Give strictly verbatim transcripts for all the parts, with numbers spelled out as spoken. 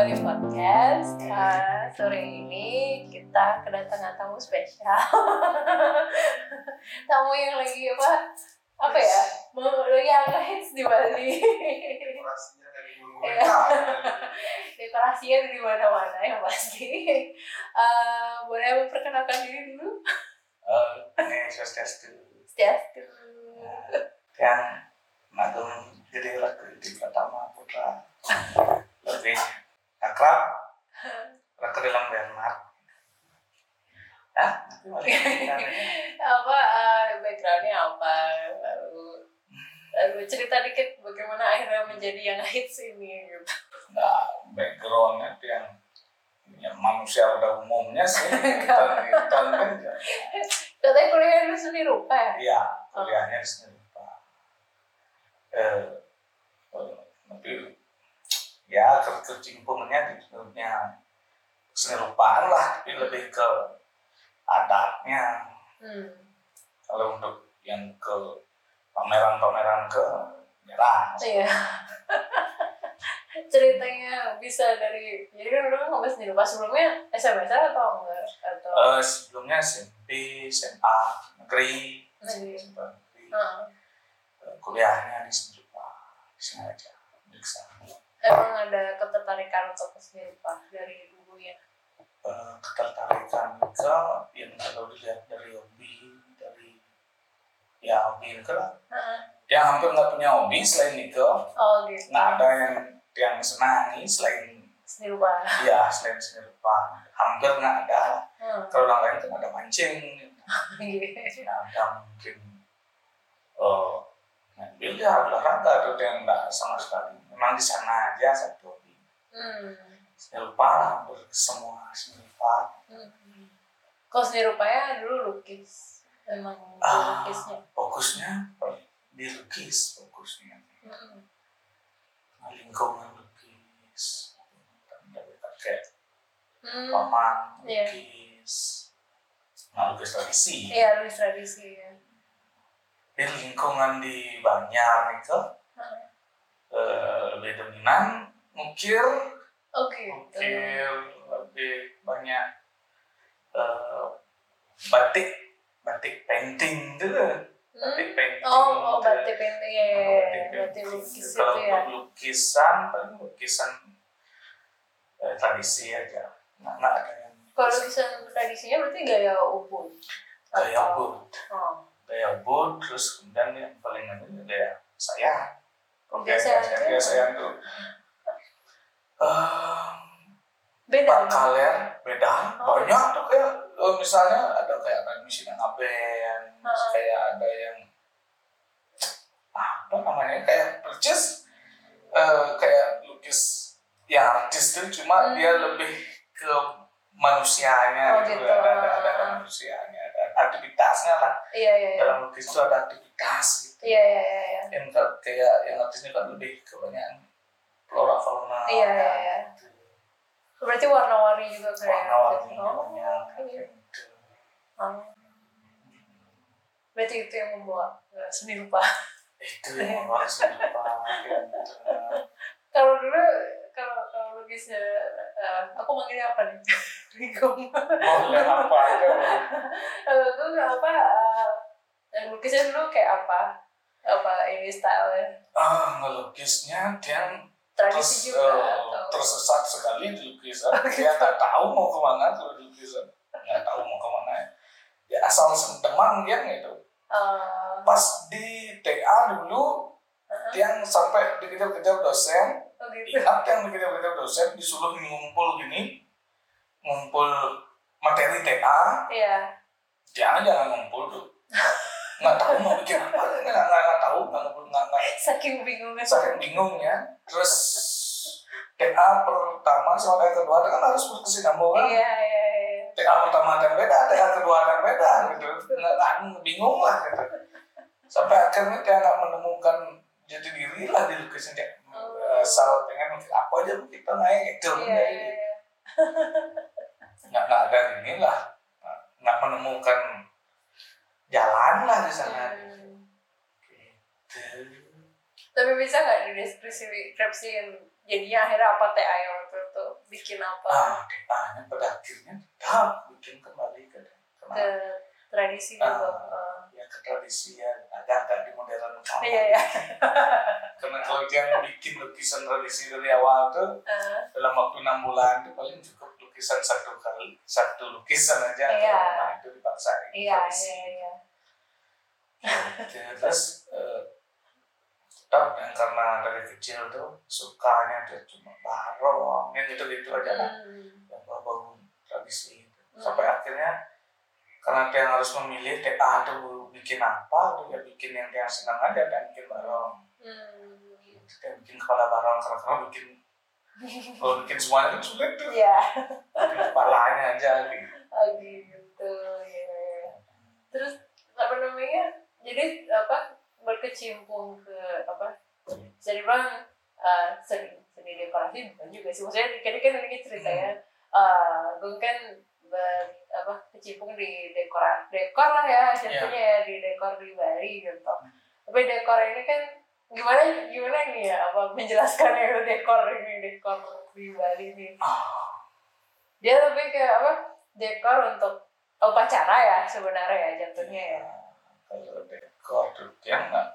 kembali podcast. Uh, sore ini kita kedatangan tamu spesial. Tamu yang lagi apa? Apa ya? Yang hits di Bali. Dekorasinya dari mana-mana. Dekorasinya di mana-mana yang pasti. Uh, boleh memperkenalkan diri dulu? Uh, ini Swastiastu. Swastiastu. Yang Magung jadi lagu di pertama putra lebih akrab lagu dalam Bernard. Ah, apa uh, backgroundnya apa? Lalu, lalu cerita dikit bagaimana akhirnya menjadi yang hits ini gitu. Nah, backgroundnya yang ya, manusia pada umumnya sih. Tahun kan. Katanya kuliah di seni rupa ya? Iya, kuliahnya di seni rupa. Eh, tapi ya kecimpungnya di dunia seni rupaan lah, tapi lebih ke adatnya. Hmm. Kalau untuk yang ke pameran-pameran ke jarang. Iya. Ceritanya bisa dari, jadi kan dulu kan nggak seni rupa, sebelumnya S M S atau enggak? Atau? Uh, sebelumnya S M P, S M A, negeri, negeri. Uh. Kuliahnya di seni rupa, sengaja periksa. Emang ada ketertarikan untuk seni rupa dari dulunya? Uh, ketertarikan ke yang kalau dilihat dari hobi, dari ya hobi itu lah. Uh-huh. Yang hampir nggak punya hobi selain itu. Oh gitu. Nggak ada yang yang senangi selain seni rupa. Iya, selain seni rupa hampir nggak ada. Hmm. Kalau yang lain kan ada mancing. Nggak ada mungkin. Uh, Ambil ya olahraga atau yang enggak sama sekali. Memang di sana aja satu hobi. Hmm. Seni rupa hampir semua seni rupa. Hmm. Kalau seni rupanya dulu lukis, memang ah, lukisnya. Fokusnya dilukis fokusnya. Hmm. Nah, lingkungan lukis, kayak hmm. paman lukis, yeah. Nah, lukis tradisi. Iya, yeah, lukis tradisi ya. Di lingkungan di Banjar itu hmm. uh, lebih dominan ngukir, okay. ngukir lebih banyak uh, batik, batik painting itu kan, hmm. batik painting. Oh, oh batik painting ya, ya, batik lukis itu kalau ya. Kalau lukisan, paling lukisan uh, tradisi aja, nggak nggak ada yang. Kalau lukisan tradisinya berarti gaya ubud. Gaya ubud. Oh. Gaya ubud, terus kemudian yang paling ini gaya saya. Oh, gaya saya, gaya saya itu uh, beda. Kalian beda, oh. Banyak tuh kayak uh, misalnya ada kayak ada misi ngaben, uh. kayak ada yang apa namanya kayak percis, uh, kayak lukis ya artis itu cuma hmm. dia lebih ke manusianya oh, gitu, gitu. Ada, ada, ada, ada manusianya, ada aktivitasnya lah. Iya, iya, iya. Dalam lukis itu ada aktivitas gitu. Iya, iya, iya. Yang kayak yang artisnya kan lebih kebanyakan flora fauna. Iya, iya, iya. Gitu. Berarti warna-warni juga kayak. Warna-warni gitu. Oh, banyak. iya. Gitu. Oh. Berarti itu yang membawa uh, seni rupa. Itu yang membawa seni rupa. Kalau dulu kalau kalau lukisnya uh, aku manggilnya apa nih? Bingung. Boleh apa aja. Kalau itu apa? Uh, yang lukisnya dulu kayak apa? Apa ini stylenya? Ah, ngelukisnya dia tradisi terus, juga. Uh, tersesat sekali di lukisan. Dia nggak tahu mau kemana kalau di lukisan. Nggak tahu mau kemana. Ya asal senteman dia gitu. Uh, Pas di T A dulu, uh-huh. Dia sampai dikejar-kejar dosen. Oh, gitu. Ingat yang dikejar-kejar dosen disuruh ngumpul gini, ngumpul materi T A. Iya. Jangan jangan ngumpul tuh. Nggak tahu mau bikin apa, nggak nggak nggak tahu nggak ngumpul nggak nggak. Saking bingungnya. Saking bingungnya. Terus T A pertama sama T A kedua kan harus berkesinambungan. Iya iya iya. T A pertama ada yang beda, T A kedua ada yang beda gitu. Nggak nggak bingung lah gitu. Sampai akhirnya dia nggak menemukan jati diri lah di lukisan dia. Oh. Asal pengen mikir apa aja kita naik gitu. Iya iya iya. Nggak nggak ada ini lah, nggak menemukan jalan lah di sana. Hmm. Gitu. Tapi bisa nggak di deskripsi deskripsiin jadinya akhirnya apa T A yang waktu itu bikin apa? Ah, D A-nya pada akhirnya tetap bikin kembali ke karena, ke tradisi gitu. Uh, uh. Ya ke tradisi ya, agak-agak dimodernkan. Iya, iya. Karena kalau dia bikin lukisan tradisi dari awal tuh uh. dalam waktu enam bulan itu paling cukup lukisan satu kali, satu lukisan aja. Iya. Nah itu dipaksain. Iya, iya, iya. Terus uh, tetap yang karena dari kecil tuh sukanya dia cuma barong yang gitu-gitu aja lah, hmm. yang bau-bau tradisi itu. Hmm. Sampai akhirnya karena dia harus memilih dia ah tuh bikin apa, dia bikin yang dia senang aja dan bikin barong. Hmm. Dia bikin kepala barong karena karena bikin kalau bikin semuanya kan sulit tuh. Iya. Bikin kepalanya aja gitu. Oh gitu ya. Terus apa namanya? Jadi apa berkecimpung ke apa bisa dibilang uh, seni seni dekorasi bukan juga sih, maksudnya kan kan ini cerita ya, uh, gue kan ber, apa kecimpung di dekor dekor lah ya jatuhnya yeah. ya di dekor di Bali gitu. Tapi dekor ini kan gimana gimana nih ya apa menjelaskan ya dekor ini dekor di Bali ini. Dia lebih kayak apa dekor untuk upacara ya sebenarnya ya jatuhnya ya. Kalau dekor tuh yang nggak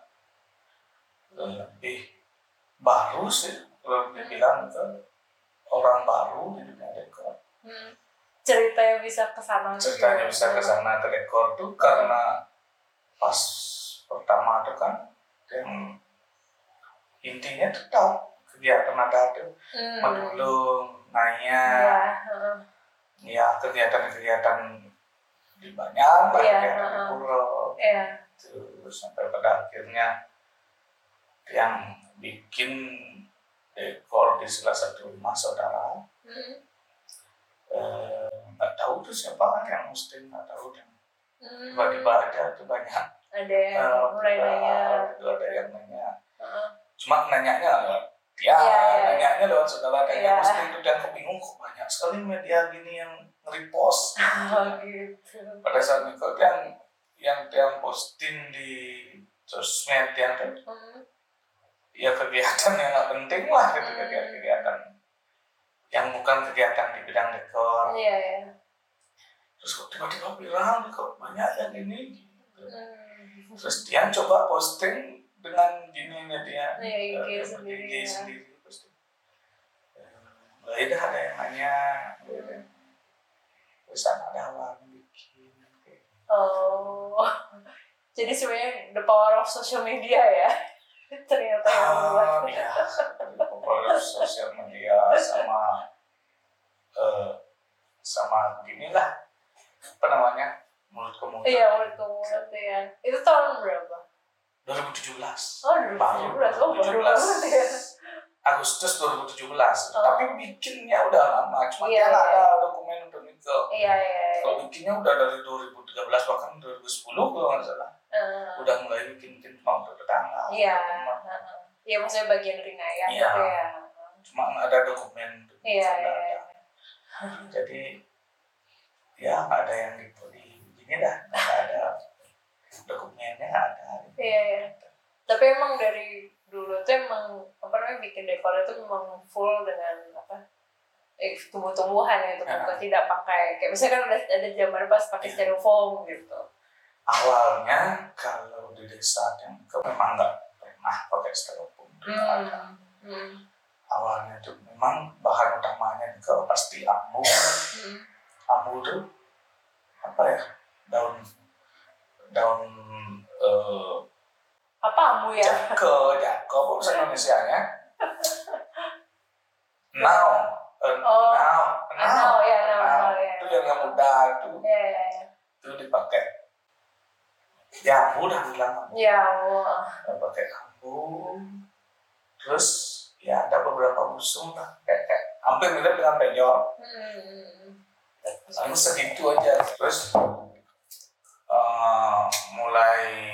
lebih baru sih kalau dibilang itu orang baru di dunia dekor. Hmm. Ceritanya bisa kesana. Ceritanya bisa kesana ke dekor tuh karena pas pertama tuh kan yang intinya tetap kegiatan ada tuh hmm. medulung, nanya, ya, uh. ya kegiatan-kegiatan di banyak lah yeah, kegiatan uh, di pura. Yeah. Terus sampai pada akhirnya yang bikin dekor di salah satu rumah saudara mm. eh, nggak tahu tuh siapa yang mesti nggak tahu dan mm. tiba-tiba aja tuh banyak ada yang uh, mulai nanya itu ada yang nanya uh-huh. Cuma nanyanya ya, ya, ya nanyanya lewat saudara kayak ya. Mesti itu dan kebingung kok banyak sekali media gini yang nge-repost oh, gitu. Pada saat itu yang yang yang posting di sosmed yang kan hmm. ya kegiatan yang nggak penting lah gitu hmm. kegiatan yang bukan kegiatan di bidang dekor. Iya ya. Terus kok tiba-tiba viral kok banyak yang ini gitu. Hmm. Terus dia coba posting dengan gininya dia ya, I G uh, sendiri, I G ya. sendiri posting. Lah itu ada yang nanya gitu. Terus ada orang bikin gitu. Oh. Jadi sebenarnya the power of social media ya. Ternyata yang membuat ya, power of social media sama uh, sama ginilah apa namanya mulut ke mulut. Iya mulut ke mulut ya. Itu tahun berapa? dua ribu tujuh belas. Oh dua ribu tujuh belas. Oh baru banget ya. Agustus dua ribu tujuh belas. Oh. Tapi bikinnya udah lama. Cuma iya, dia nggak iya. ada dokumen untuk itu. Iya iya. iya. Kalau bikinnya udah dari dua ribu tiga belas bahkan dua ribu sepuluh kalau nggak salah. Uh. Udah mulai bikin-bikin cuma untuk tetangga. Iya. Iya maksudnya bagian dari ngayang iya. gitu ya. Cuma nggak ada dokumen. Iya iya. iya. Jadi ya nggak ada yang gitu di gini dah. Nggak ada dokumennya nggak ada. Iya iya. Tapi emang dari dulu tuh emang apa namanya bikin dekor itu memang full dengan apa eh, tumbuh-tumbuhan ya itu bukan tidak pakai kayak misalnya kan ada ada zaman pas pakai ya. Styrofoam gitu. Awalnya kalau di desa yang ke memang nggak pernah pakai styrofoam. Hmm. Hmm. Awalnya tuh memang bahan utamanya itu pasti ambu. Hmm. Ambu tuh apa ya daun daun uh, apa ambu ya? Jako, jako apa bahasa Indonesianya? Now, uh, oh, now, now, ya, now, now, ya. Itu yang yang muda itu, ya, ya, ya. Itu dipakai. Ya, mudah bilang. Ya, pakai ambu. Terus ya ada beberapa busung lah, kayak, kayak hampir mirip dengan penyor. Hmm. Lalu segitu aja. Terus uh, mulai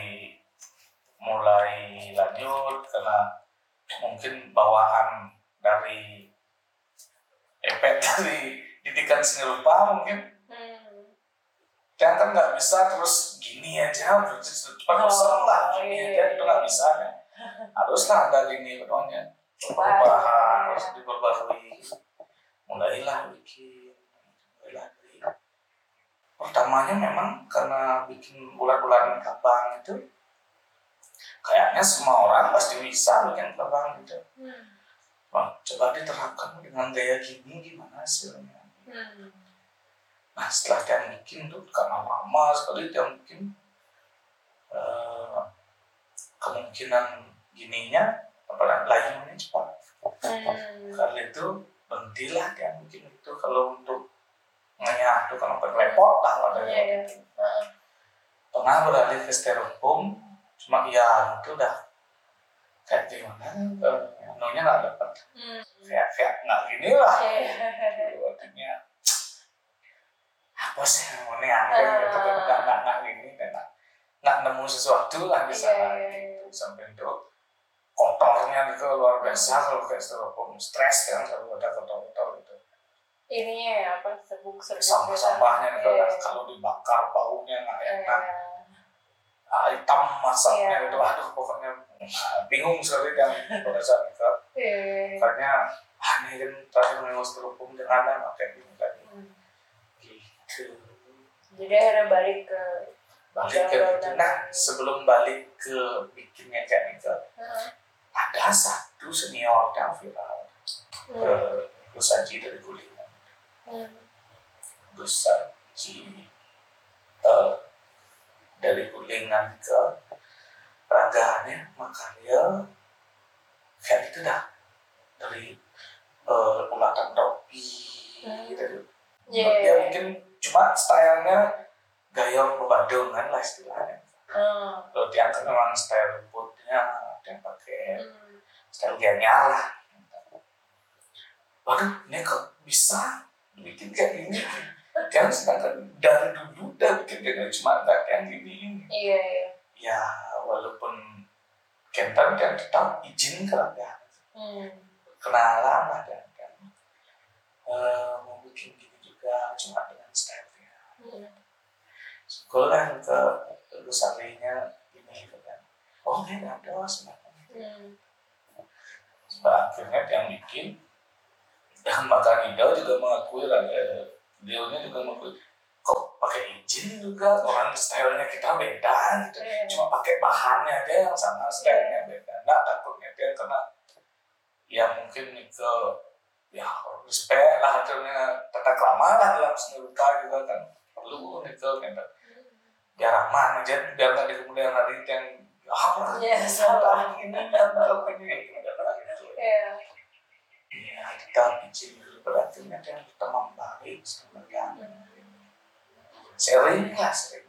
mulai lanjut karena mungkin bawaan dari efek dari didikan seni rupa mungkin hmm. Dia kan nggak bisa terus gini aja cepat bosan lah gini oh, iya, aja itu nggak bisa kan haruslah ada gini pokoknya perubahan harus diperbarui mulailah bikin mulailah dari pertamanya memang karena bikin ulat-ulat kabang itu kayaknya semua orang pasti bisa bikin kabang gitu. Hmm. Nah, coba diterapkan dengan gaya gini gimana hasilnya. Hmm. Nah setelah dia bikin tuh karena lama sekali dia bikin uh, kemungkinan gininya apalagi layunya cepat. Hmm. Karena itu berhentilah dia bikin itu kalau untuk ngayah tuh kalau repot lah pada yeah, itu. Yeah. Pernah beralih ke styrofoam, cuma ya itu udah kayak gimana, anunya nggak dapat, hmm. kayak kayak nggak gini lah. Yeah. Artinya apa sih yang aneh aneh gitu kan nggak nggak nggak gini nggak nggak nemu sesuatu lah di sana yeah, yeah, yeah. Gitu sampai itu kotornya itu luar biasa kalau kayak styrofoam stres kan kalau ada kotor-kotor gitu. Ininya ya apa sebuk-sebuk sampah-sampahnya itu yeah. Kalau dibakar baunya nggak enak, yeah. ah, hitam masaknya yeah. Gitu, aduh pokoknya nah, bingung sekali kan pada saat itu. Yeah. Karena aneh kan terakhir mengenai styrofoam jangan ada kayak gini kan. Hmm. Gitu. Jadi akhirnya balik ke balik ke itu. Nah sebelum balik ke bikinnya kayak gitu, uh-huh. Ada satu senior yang viral, hmm. Gus Haji dari Kulingan, hmm. Gus Haji uh, dari Kulingan ke peragaannya Makarya kayak gitu dah dari uh, ulatan topi, hmm. Dari yeah. Dia mungkin cuma stylenya gaya Badung kan lah istilahnya. Hmm. Kalau dia kan memang style putnya yang pakai hmm. style gayanya lah. Waduh, ini kok bisa bikin kayak gini? Kan sedangkan dari dulu udah bikin kayak cuma nggak kayak gini. Iya. Iya. Ya walaupun Kentan kan tetap izin kerja. Hmm. Kenalan lah dan kan uh, mau bikin gini juga cuma dengan style-nya. Hmm. Sekolah ke Lusarinya ini kan. Oh ini ada sebenarnya. Hmm. Sebab akhirnya yang bikin dan Maka Nida juga mengakui lah, eh, beliaunya juga mengakui kok pakai izin juga orang stylenya kita beda gitu. Yeah. Cuma pakai bahannya aja yang sama stylenya beda. Nggak takutnya dia karena ya mungkin itu ya respect lah hasilnya tata krama lah dalam seni rupa juga kan perlu itu gitu. Biar aman aja biar nggak di kemudian hari yang apa ya salah ini yang kalau ini gitu. Iya. Ya kita izin dulu berarti nanti kita membalik sebenarnya. Sering lah sering.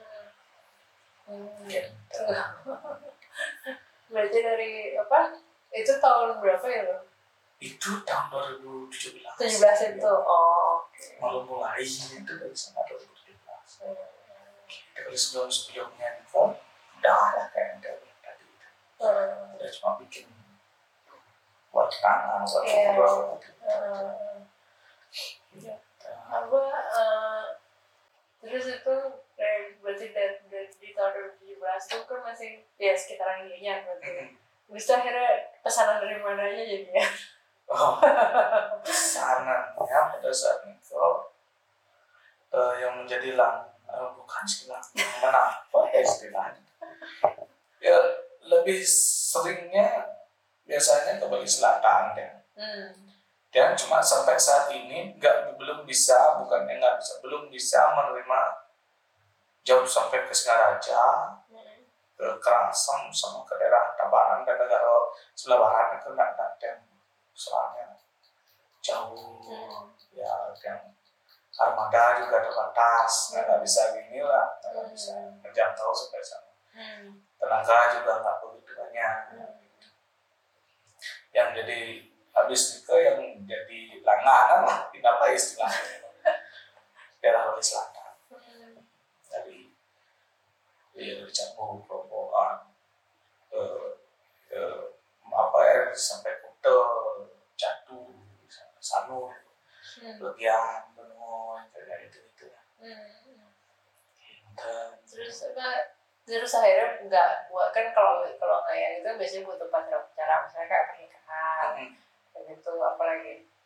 Hmm. Gitu. Berarti dari apa? Itu tahun berapa ya lo? Itu tahun dua ribu tujuh belas. tujuh belas itu. Ya. Oh. Okay. Malu mulai itu dari sana dua ribu tujuh belas. Hmm. Dari sebelum sebelumnya itu udah lah kayak dari tadi. Hmm. Udah cuma bikin buat tangan, buat yeah. foto. Uh, ya. Apa? Uh, terus itu dari berarti dari, dari di tahun dua ribu tujuh belas itu kan masih ya sekitaran ininya berarti. Mm-hmm. Bisa akhirnya pesanan dari mananya jadinya? Oh, pesanannya pada saat itu uh, yang menjadi lang, uh, bukan sih lang, kenapa ya istilahnya? Ya lebih seringnya biasanya ke Bali Selatan ya. Hmm. Dan cuma sampai saat ini nggak belum bisa, bukannya nggak bisa, belum bisa menerima jauh sampai ke Singaraja, hmm. ke Kerasan sama ke daerah Tabanan dan negara sebelah barat itu nggak ada soalnya jauh, hmm. Ya yang armada juga terbatas, nggak hmm. bisa gini lah, nggak hmm. bisa menjangkau sampai sana. Hmm. Tenaga juga nggak begitu banyak. Hmm. Yang jadi habis itu yang jadi langganan lah, apa istilahnya daerah Bali Selatan. Hmm. Dari ya dari Canggu, Proboan, ke, ke apa ya sampai Kuta, Catu, Sanur, hmm. Legian, Benua, kayak itu itu. Hmm. Dan terus apa? Terus akhirnya nggak buat kan kalau kalau ngayang itu biasanya butuh pacar-pacaran misalnya kayak pernikahan, hmm. kayak gitu apalagi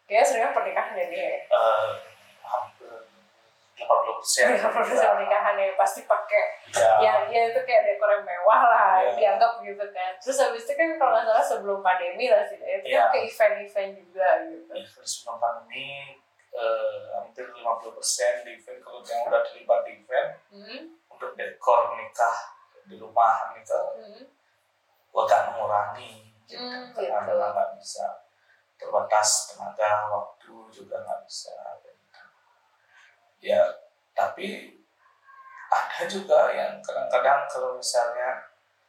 Kayaknya seringnya pernikahan ya dia. Uh, hampir delapan puluh persen. delapan puluh persen pernikahan ya pasti pakai ya. yang ya itu kayak dekor yang mewah lah ya. dianggap gitu kan. Terus habis itu kan kalau nggak salah sebelum pandemi lah sih itu ya. kan ke event-event juga gitu. Ya, sebelum pandemi uh, hampir lima puluh persen di event kalau yang udah terlibat di event hmm. untuk dekor nikah di rumah nikah hmm. agak mengurangi gitu. Hmm, karena gitu. Memang nggak bisa terbatas tenaga waktu juga nggak bisa gitu. Ya tapi ada juga yang kadang-kadang kalau misalnya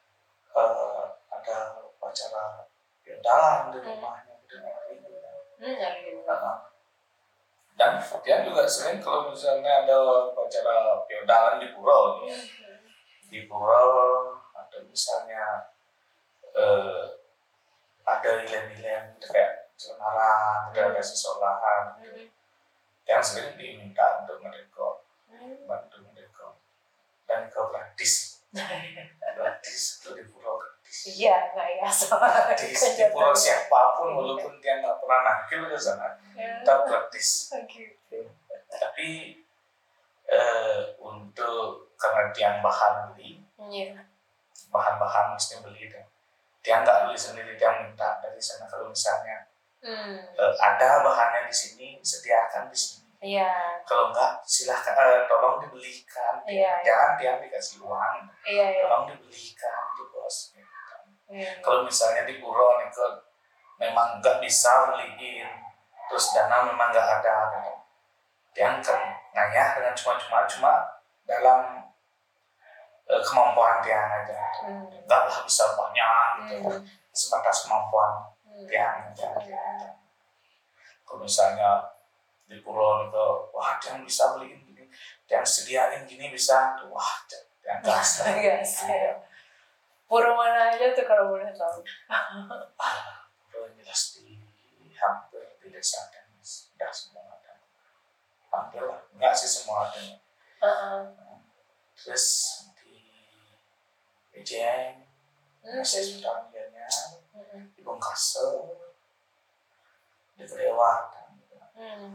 uh, ada acara feodalan di rumahnya gitu gitu. Hmm, gitu. Nah, dan dia juga sering kalau misalnya ada acara feodalan di pura nih, hmm. di pura atau misalnya uh, ada nilai-nilai kayak Semarang, udah ada sesolahan gitu. Yang sering diminta untuk mendekor, hmm. bantu mendekor dan ke gratis, gratis itu di pulau gratis. Iya, nggak ya soal gratis di pulau siapapun walaupun dia nggak pernah nakil ke sana, tetap gratis. Gitu. Tapi eh, untuk karena dia bahan beli, yeah. bahan-bahan mesti beli deh. Dia nggak beli sendiri, dia minta dari sana kalau misalnya. Hmm. Uh, ada bahannya di sini, sediakan di sini. Iya. Kalau enggak, silahkan, uh, tolong dibelikan. Iya, jangan dia dikasih uang. Iya, iya. Tolong dibelikan, tuh bos. Gitu. Iya. Kalau misalnya di pura nih, memang nggak bisa beliin, terus dana memang nggak ada, gitu. Dia kan ngayah dengan cuma-cuma, cuma dalam uh, kemampuan dia aja. Hmm. Nggak lah bisa banyak, gitu. Hmm. Sebatas kemampuan. Yang aja. Kalau misalnya di pura itu, wah jangan bisa beliin gini, jangan sediain gini bisa, wah jangan gas. Gas. Pura mana aja tuh kalau boleh tahu? Pura jelas di hampir di desa dan sudah semua ada. Hampir lah, enggak sih semua ada. Uh-uh. Terus di Ejeng, masih sudah lihatnya. Di Bongkase, di Kelewatan, gitu. hmm.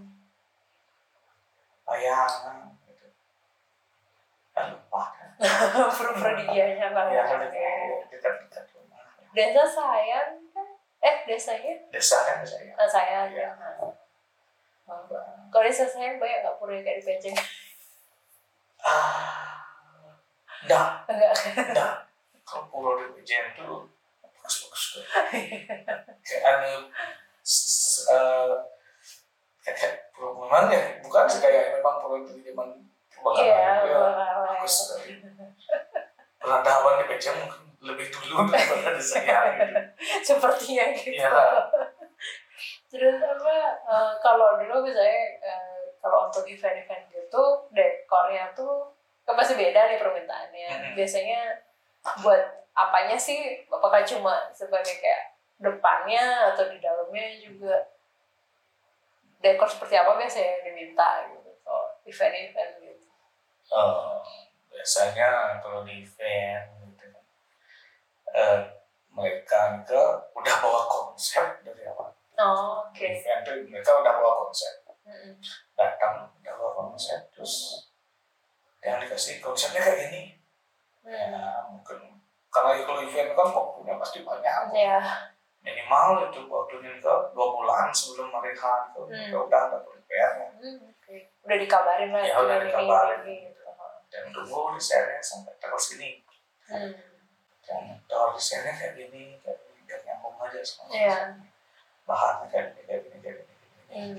Bayangan, gitu. Dan lupa kan? Pura-pura di dianya kan? Ya, dekat-dekat rumah. Desa Sayang kan? Eh, desanya? Desa kan Sayang. Ah, Sayang, ya. Oh. Kalau desa Sayang banyak nggak pura kayak di Pejeng? Ah, enggak. Enggak. Enggak. Kalau pura di Pejeng tuh bagus-bagus tuh. Kayak anu uh, kayak memang ya bukan sih kayak memang pura di zaman perbankan yeah, ya bagus sekali. Peradaban di Pejeng mungkin lebih dulu daripada di Sayang gitu. Sepertinya gitu. Ya. Terus apa uh, kalau dulu misalnya uh, kalau untuk event-event gitu dekornya tuh kan pasti beda nih permintaannya. Mm-hmm. Biasanya buat apanya sih? Apakah cuma sebagai kayak depannya atau di dalamnya juga dekor seperti apa biasanya yang diminta gitu? So, event-event gitu. Uh, biasanya kalau di event gitu kan, uh, mereka ke udah bawa konsep dari awal. Oh, oke. Okay. Event itu mereka udah bawa konsep. Mm-hmm. Datang udah bawa konsep terus yang dikasih konsepnya kayak gini. Mm. Ya mungkin karena kalau event kan waktunya pasti banyak. Yeah. Minimal itu waktunya itu dua bulan sebelum hari H itu hmm. udah ada prepare. Hmm, okay. Udah dikabarin lah. Ya udah dikabarin. Gitu. Dan tunggu desainnya sampai tanggal segini. Hmm. Dan tanggal desainnya kayak gini, kayak gini, kayak nyambung aja sama. Yeah. Bahannya kayak gini, kayak gini, kayak gini. Hmm.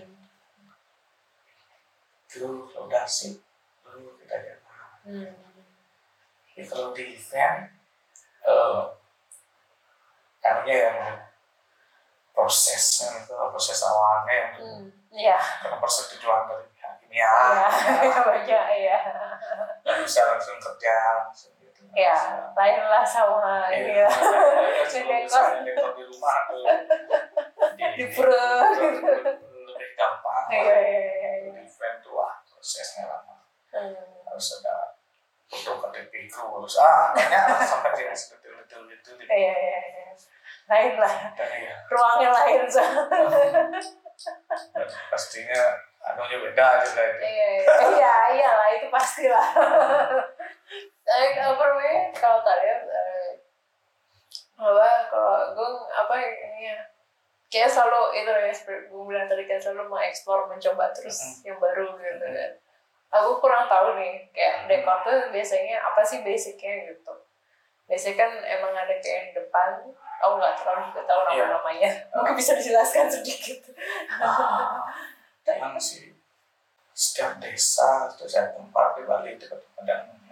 Itu udah sih, dulu kita jalan. Hmm. Jadi kalau di event Uh, anunya yang prosesnya itu proses awalnya yang hmm, yeah. karena persetujuan dari pihak ini ya, yeah. banyak ya nggak bisa langsung kerja langsung gitu ya yeah. lain lah sama ini ya dekor di rumah tuh di, di perut lebih gampang yeah, yeah, yeah. di event tuh wah prosesnya lama hmm. harus ada untuk K T P kru harus ah banyak lah sampai dia betul-betul gitu. Iya iya iya. Lain lah. Dan, iya. Ruangnya lain so. pastinya anunya beda juga itu. Iya, iya, iyalah itu pastilah. Tapi apa namanya kalau tadi apa kalau gue apa ini ya kayak selalu itu ya seperti gue bilang tadi kan selalu mau explore mencoba terus mm-hmm. yang baru gitu kan. Aku kurang tahu nih kayak dekor tuh biasanya apa sih basicnya gitu. Biasanya kan emang ada kayak yang depan, aku nggak terlalu juga tahu nama-namanya. Yeah. Mungkin bisa dijelaskan sedikit. Ah, emang sih setiap desa atau setiap tempat di Bali itu pemandangannya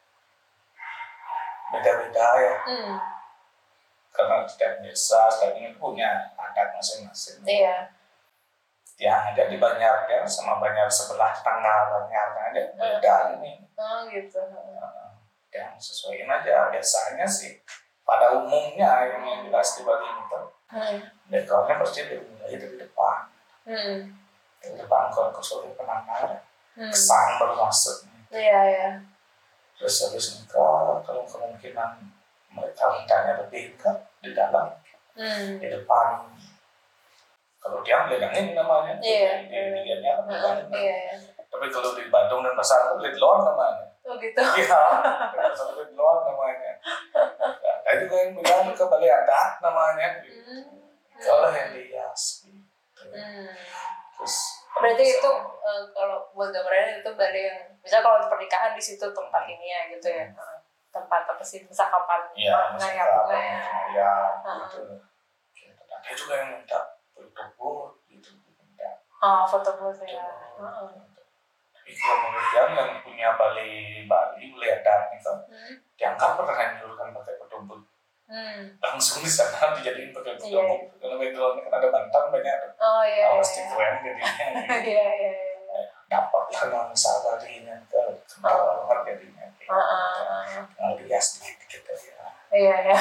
beda-beda ya. Hmm. Karena setiap desa, setiap ini punya adat masing-masing. Iya. Yang ada di Banjar kan sama Banjar sebelah tengah Banjar ada beda uh. ini. Oh gitu. Uh, yang sesuaiin aja biasanya sih pada umumnya yang yang jelas di Bali itu. Hmm. Dekornya pasti dimulai dari depan. Hmm. Dari depan kalau kesulitan penanggar, hmm. kesan baru masuk. Iya iya. Terus habis nikah kalau kemungkinan mereka rencana lebih ke di dalam, hmm. di depan. Kalau dia megangin namanya, yeah, di bagiannya yeah. yeah, yeah. Tapi kalau di Bandung dan Pasar itu di luar namanya. Oh gitu. Iya, kalau di luar namanya. Nah itu kan bilang ke Bali adat namanya. Hmm. Kalau yang dihias. Hmm. Terus. Berarti itu uh, kalau buat gambarannya itu Bali yang, misal kalau pernikahan di situ tempat ini ya gitu ya. Hmm. Tempat apa sih sakapan ya, bunga ya bunga ya ya gitu. Ada juga yang minta foto booth gitu minta oh foto booth ya tapi kalau menurut yang yang punya Bali Bali lihat itu hmm. dianggap pernah anjurkan pakai foto booth hmm. langsung di sana dijadiin pakai foto booth yeah. Kalau backgroundnya kan ada bantang banyak oh iya pasti keren jadinya iya iya dapat lah nuansa Bali-nya ke kental banget jadinya nggak bias dikit-dikit aja iya ya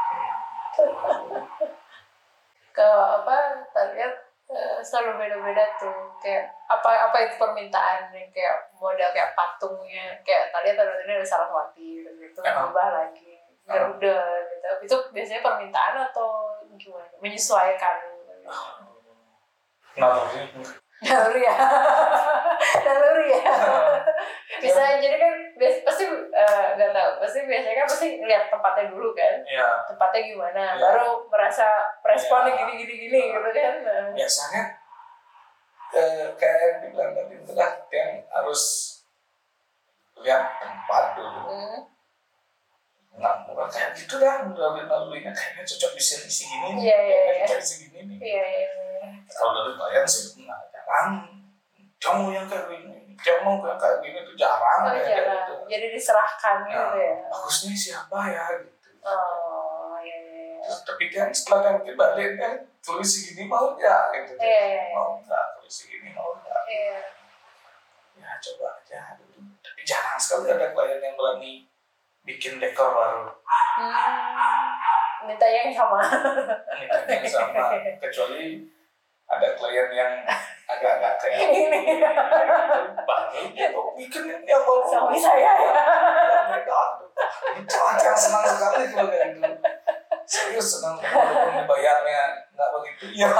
ke apa terlihat uh, selalu beda-beda tuh kayak apa apa itu permintaan yang kayak model kayak patungnya kayak tadi ada ini ada Saraswati gitu berubah lagi Garuda gitu itu biasanya permintaan atau gimana menyesuaikan naluri naluri ya naluri ya bisa jadi kan biasa, pasti nggak uh, tahu pasti biasanya kan pasti lihat tempatnya dulu kan ya. Tempatnya gimana ya. Baru merasa responnya ya. gini gini gini gitu kan biasanya eh, kayak yang dibilang tadi itu lah yang harus lihat tempat dulu hmm. nggak murah kayak gitu dah naluri nalurinya kayaknya cocok di sini sini nih yeah, yeah, kayaknya yeah. cocok di sini nih yeah, yeah, yeah. Kalau dari klien sih nggak jarang kamu yang kayak gini kamu yang kayak gini tuh jarang oh, ya, jarang. Gitu. Jadi diserahkan nah, gitu ya bagusnya siapa ya gitu oh iya yeah, yeah. Tapi kan setelah nanti balik kan tulis segini mau nggak gitu yeah, yeah. mau nggak tulis segini mau nggak yeah. Ya coba aja dulu tapi jarang sekali ada klien yang berani bikin dekor baru hmm. minta yang sama minta yang sama kecuali ada klien yang agak-agak kayak ini baru gitu bikin yang baru suami saya ya Caca senang sekali kalau kayak gitu serius senang walaupun dibayarnya nggak begitu ya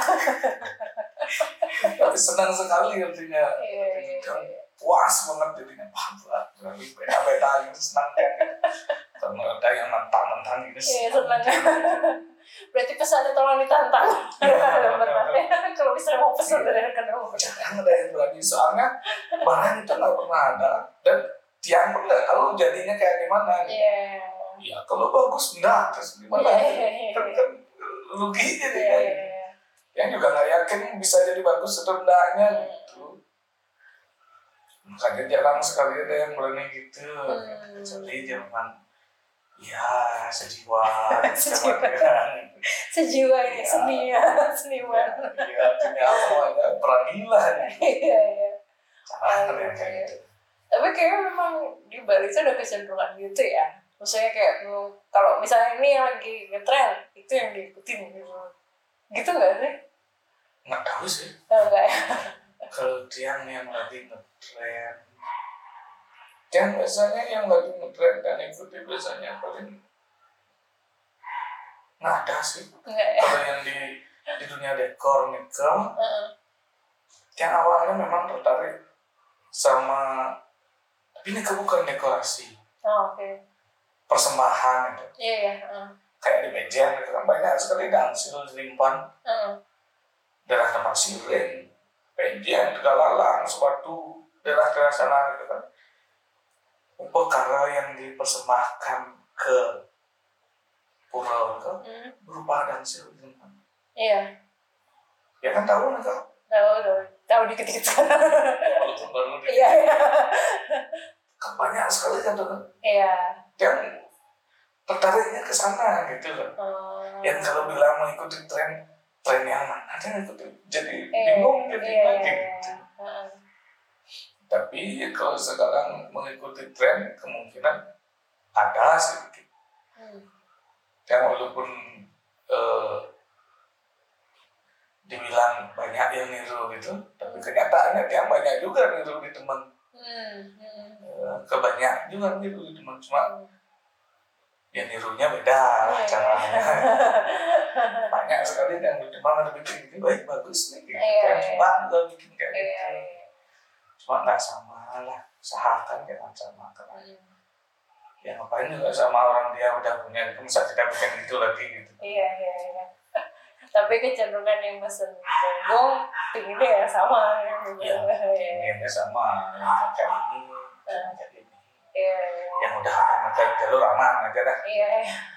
tapi senang sekali artinya puas banget jadinya wah beda-beda gitu senang kan karena ada yang nantang-nantang gitu iya senang berarti pesannya tolong ditantang kalau misalnya mau pesan dari rekan kamu jangan ada yang berani soalnya barang itu nggak pernah ada dan tiang pun nggak tahu jadinya kayak gimana iya ya kalau bagus enggak terus gimana kan kan rugi jadi kan yang juga nggak yakin bisa jadi bagus atau enggaknya gitu makanya jarang sekali ada yang berani gitu kecuali zaman ya sejiwa sejiwa sejiwa ya seniman seniman ya artinya apa ya beranilah iya iya jangan ya kayak gitu tapi kayaknya memang di Bali itu ada kecenderungan gitu ya maksudnya kayak kalau misalnya ini yang lagi ngetren itu yang diikutin gitu gitu nggak sih nggak tahu sih oh, enggak ya kalau tiang yang lagi ngetren tiang biasanya yang lagi ngetren dan ikuti biasanya paling nggak ada sih nggak ya kalau yang di di dunia dekor nikel. Uh-uh. Yang awalnya memang tertarik sama, tapi nikel bukan dekorasi. Oh, oke. Okay. Persembahan gitu. Iya yeah, ya. Yeah. Uh. Kayak di meja gitu kan banyak sekali dansil, limpan, uh-uh. daerah tempat siring, penjen, tegalalang, sepatu, daerah-daerah sana gitu kan. Perkara yang dipersembahkan ke pulau itu mm. berupa dansil limpan. Iya. Ya kan tahu nggak? Tahu, tahu, tahu dikit-dikit sekarang. Walaupun baru dikit. Iya, iya. Kan banyak sekali kan tuh kan. Iya. Yang tertariknya ke sana gitu loh. Hmm. Yang kalau bilang mengikuti tren, tren yang mana dia ngikutin jadi eh, bingung jadi iya, lagi. iya, Gitu. iya. Tapi kalau sekarang mengikuti tren kemungkinan ada sedikit. Hmm. Yang walaupun eh, dibilang banyak yang niru gitu, tapi kenyataannya yang banyak juga niru di teman. Hmm. Hmm. Eh, kebanyak juga niru di teman, cuma Hmm. ya nirunya beda lah caranya. Banyak sekali yang memang ada bikin ini baik bagus nih gitu. Yang coba juga bikin kayak gitu. Cuma nggak sama lah, usahakan jangan sama kan. Hmm. Ya ngapain juga sama orang dia udah punya itu, misal kita bikin gitu lagi gitu. Iya iya iya. Tapi kecenderungan yang mesen punggung pinginnya ya sama gitu. Iya, pinginnya sama yang kayak ini, kayak ini. Iya. Yang udah pakai jalur aman aja dah. Iya.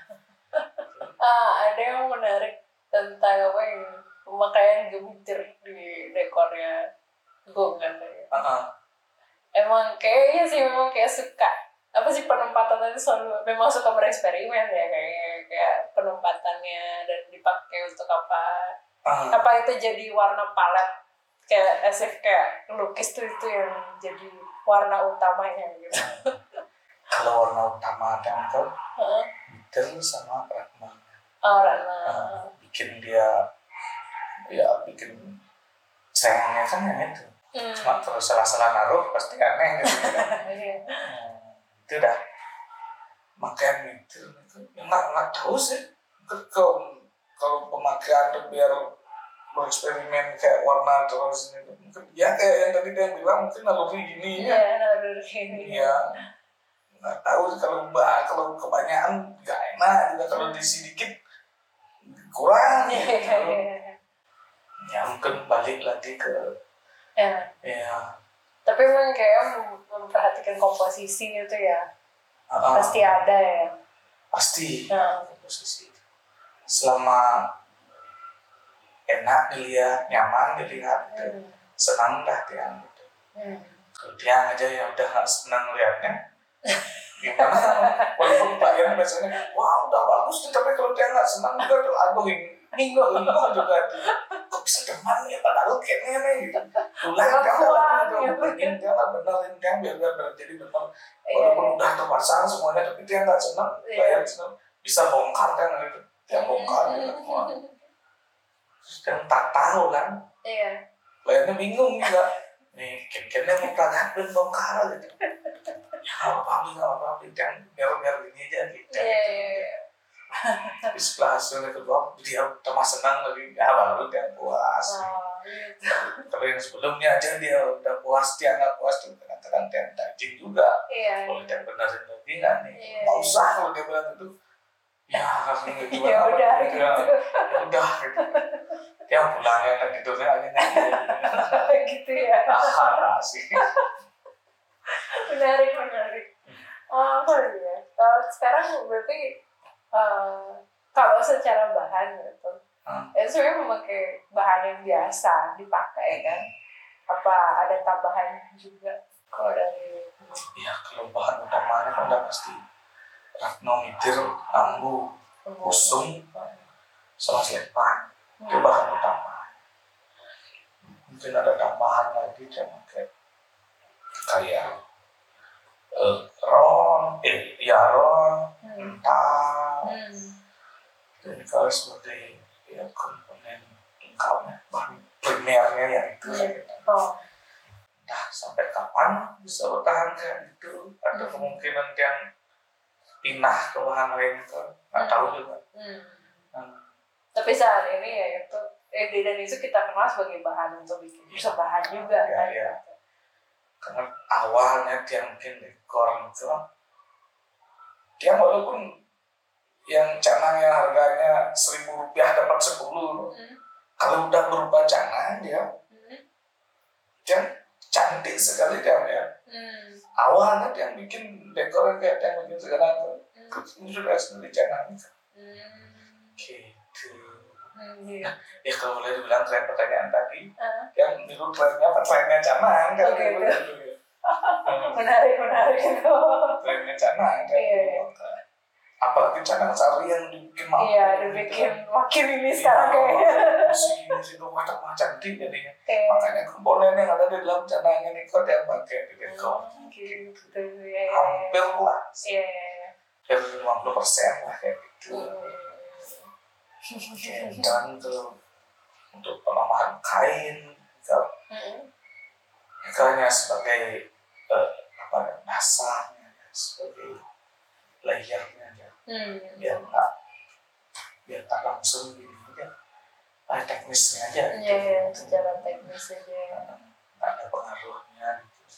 Ah, ada yang menarik tentang apa yang pemakaian gemeter di dekornya gong kan ya. Uh-uh. Emang kayaknya sih memang kayak suka apa sih penempatan itu selalu memang suka bereksperimen ya kayak kayak penempatannya dan dipakai untuk apa uh. apa itu jadi warna palet kayak as if kayak lukis tuh itu yang jadi warna utamanya gitu. Kalau warna utama tempel uh-huh. Beetle sama Ratna. Oh Ratna. Uh, bikin dia ya bikin sayangnya kan yang itu. Hmm. Cuma kalau salah-salah naruh pasti aneh gitu kan. Yeah. Hmm, itu dah makanya itu nggak nggak tahu sih kalau kalau pemakaian tuh biar bereksperimen kayak warna terus ini mungkin ya kayak yang tadi dia bilang mungkin naluri gini ya. Iya naluri gini. Iya. Nggak tahu kalau mbak kalau kebanyakan nggak enak juga kalau diisi dikit kurang yeah, gitu. Yeah, yeah. Ya mungkin balik lagi ke ya. Ya. Tapi memang kayak memperhatikan komposisi itu ya uh, pasti ada ya. Pasti uh. komposisi. Selama enak dilihat, nyaman dilihat, hmm. senang dah dia gitu. Hmm. Kalau dia aja yang udah nggak senang lihatnya. Gimana? Walaupun klien biasanya, wah udah bagus, tapi kalau dia nggak senang juga tuh aduh Minggu juga dia. Kok bisa teman ya padahal kayaknya nih gitu. Ulang dia lah, udah bikin dia lah benerin kan biar biar jadi bener. Walaupun udah terpasang semuanya, tapi dia nggak senang, klien senang bisa bongkar kan gitu. Dia bongkar gitu semua. Terus dia tak tahu kan. Iya. Kliennya bingung juga. Nih, kayaknya mau pelanggan bongkar gitu. Ya apa-apa, nggak apa-apa, dan biar-biar gini aja gitu. Iya, iya, iya. Tapi setelah hasilnya kedua, dia tambah senang lagi, ya baru dia puas. Oh, gitu. Kalau yang sebelumnya aja dia udah puas, dia nggak puas, tuh kadang-kadang dia tajing juga. Iya. Kalau dia benerin lagi nggak nih, iya, nggak usah kalau dia bilang itu. Ya, langsung gitu. Ya udah, gitu. Ya udah, gitu. Dia pulangnya kan tidurnya aja nih. Gitu ya. Ah, sih. Menarik, menarik. Oh, iya. Kalau sekarang berarti uh, kalau secara bahan gitu, hmm. itu sebenarnya memakai bahan yang biasa dipakai kan? Apa ada tambahan juga kalau dari? Iya, kalau bahan utamanya kan udah pasti ragnomitir, ambu, usung, sama selepan. Itu bahan utama. Mungkin ada tambahan lagi dia pakai kayak uh, ron, eh, ya ron, mentah. Hmm. Dan kalau sebagai ya komponen lengkapnya, bahan primernya yang itu. Yeah. Gitu. Oh. Nah, sampai kapan bisa bertahan kayak gitu? Ada hmm. kemungkinan yang pindah ke bahan lain kan? Nggak hmm. tahu juga. Hmm. Hmm. Tapi saat ini ya itu eh dan itu kita kenal sebagai bahan untuk bikin persembahan juga ya, kan. Ya. Karena awalnya dia bikin dekor itu, dia walaupun yang canang yang harganya seribu rupiah dapat sepuluh, hmm. kalau udah berubah canang dia, hmm. dia cantik sekali dia ya. Hmm. Awalnya dia bikin dekor kayak yang bikin sekarang tuh, hmm. ini sudah sendiri canang itu. Hmm. Gitu. Hmm, iya. Ya kalau boleh dibilang tren pertanyaan tadi, uh. yang menurut trennya apa trennya canang kan? Oke. Okay, menarik menarik itu. Trennya canang kan? Iya. Apalagi canang sari yang dibikin makin iya dibikin makin ini sekarang kayaknya musik ini situ macam-macam cantik jadinya eh. Makanya komponen yang ada di dalam canang ini kok dia pakai di dekor hmm, gitu ya hampir lah ya dari lima puluh persen lah kayak gitu hmm. Dan tuh untuk penambahan kain gitu hmm. kainnya sebagai uh, apa dasarnya sebagai layernya aja, hmm. biar nggak biar tak langsung gini aja, ada teknisnya aja. Iya, gitu. Ya, secara teknis aja. Nggak ada pengaruhnya.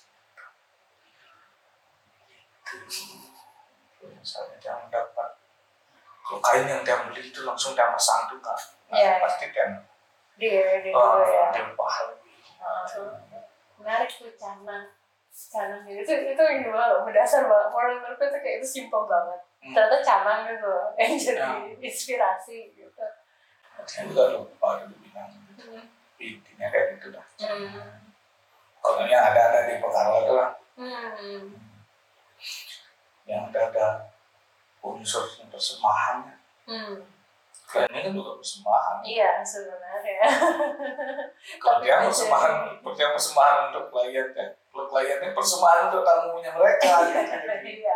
Gitu. Misalnya dia mendapat, kalau kain yang dia beli itu langsung dia pasang tuh kan, ya, pasti kan dia dia oh, ya. Dia paham. Uh, menarik tuh canang. Canang gitu itu itu ini loh mendasar banget menurut itu kayak itu simpel banget hmm. ternyata canang gitu loh yang jadi ya. Inspirasi gitu saya juga lupa dulu bilang hmm. intinya kayak gitu dah hmm. kalau yang ada ada di Pekarwa itu lah hmm. yang ada ada unsur persembahannya hmm. Klien ini kan juga persembahan. Iya sebenarnya. Kalau dia persembahan, dia persembahan untuk klien ya, kalau kliennya persembahan untuk tamunya mereka. Iya.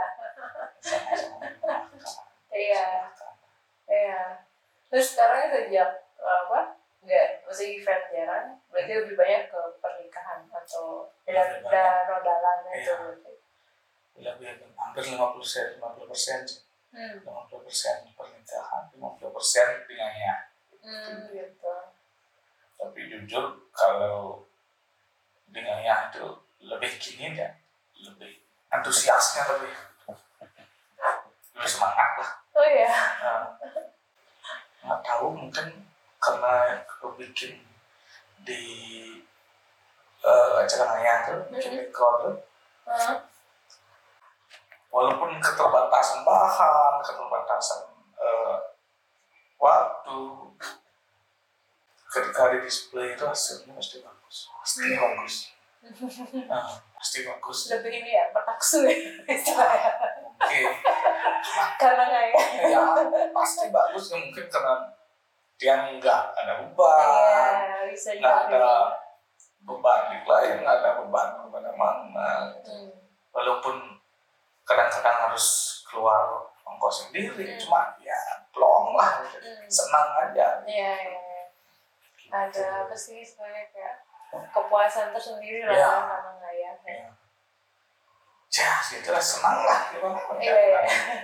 Iya. Iya. Terus sekarang sejak apa? Enggak, masih event jarang. Berarti lebih banyak ke pernikahan atau dan rodalan itu. Lebih hampir lima puluh persen, lima puluh persen sih. Hmm. lima puluh persen pernikahan, lima puluh persen pilihannya. Hmm, gitu. Tapi jujur kalau dengannya itu lebih gini ya, lebih antusiasnya lebih lebih semangat lah. Oh iya. Nah, nggak tahu mungkin karena aku bikin di uh, acara ayah tuh, bikin dekor tuh. Uh-huh. Walaupun keterbatasan bahan, keterbatasan uh, waktu, ketika di display itu hasilnya pasti bagus, pasti bagus, nah, pasti bagus. Lebih ini ya, bertaksu ya, istilahnya. Mungkin. Karena nggak ya? Ya, pasti bagus ya mungkin karena dia nggak ada beban, ya, nggak ada beban di klien, nggak ada beban kemana-mana. Gitu. Hmm. Walaupun kadang-kadang harus keluar ongkos sendiri, hmm. cuma ya plong lah, gitu. hmm. senang aja. Iya, iya, iya. Ada apa sih sebenarnya kayak kepuasan tersendiri lah ya. Karena nggak ya. Ya, ya gitu lah, senang lah. Iya, iya.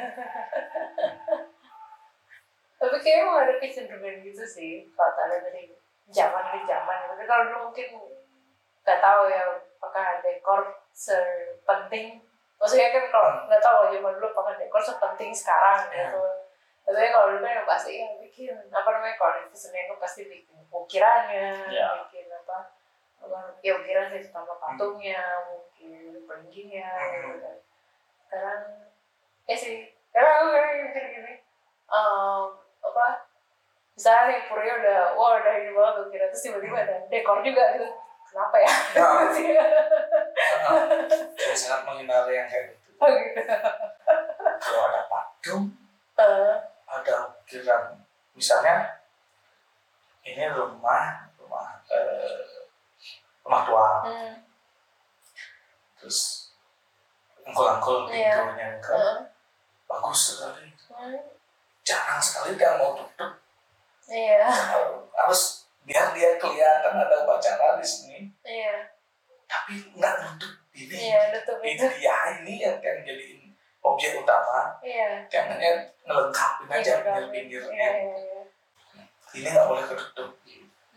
Tapi kayaknya emang ada kecenderungan gitu sih, kalau ada dari zaman ke zaman. Tapi kalau dulu mungkin nggak tahu ya, apakah dekor sepenting. Maksudnya kan kalau nggak tahu zaman dulu apakah dekor sepenting sekarang yeah. gitu. Tapi kalau dulu yang pasti yang bikin apa namanya kalau di seni itu pasti bikin ukirannya, yeah. bikin apa, ya ukiran sih tambah patungnya, hmm. mungkin peningginya, hmm. gitu. Sekarang, eh sih, sekarang aku kayak gini, um, apa, misalnya nih purnya udah, wah udah ini banget ukiran, terus tiba-tiba ada dekor juga gitu. Kenapa ya? Nah, saya sangat menghindari yang kayak gitu. Oh gitu. Kalau ada patung, uh. ada ukiran, misalnya ini rumah, rumah, eh, rumah tua, hmm. terus angkul-angkul pintunya yeah. kan, uh. bagus sekali. Hmm. Jarang sekali dia mau tutup. Iya. Yeah. Harus biar dia kelihatan ada upacara di sini, iya. tapi nggak nutup ini, iya, nutup ini dia ini yang kan jadiin objek utama, iya. jangannya ngelengkapin aja pinggir-pinggirnya, iya, iya, iya. ini nggak boleh ketutup,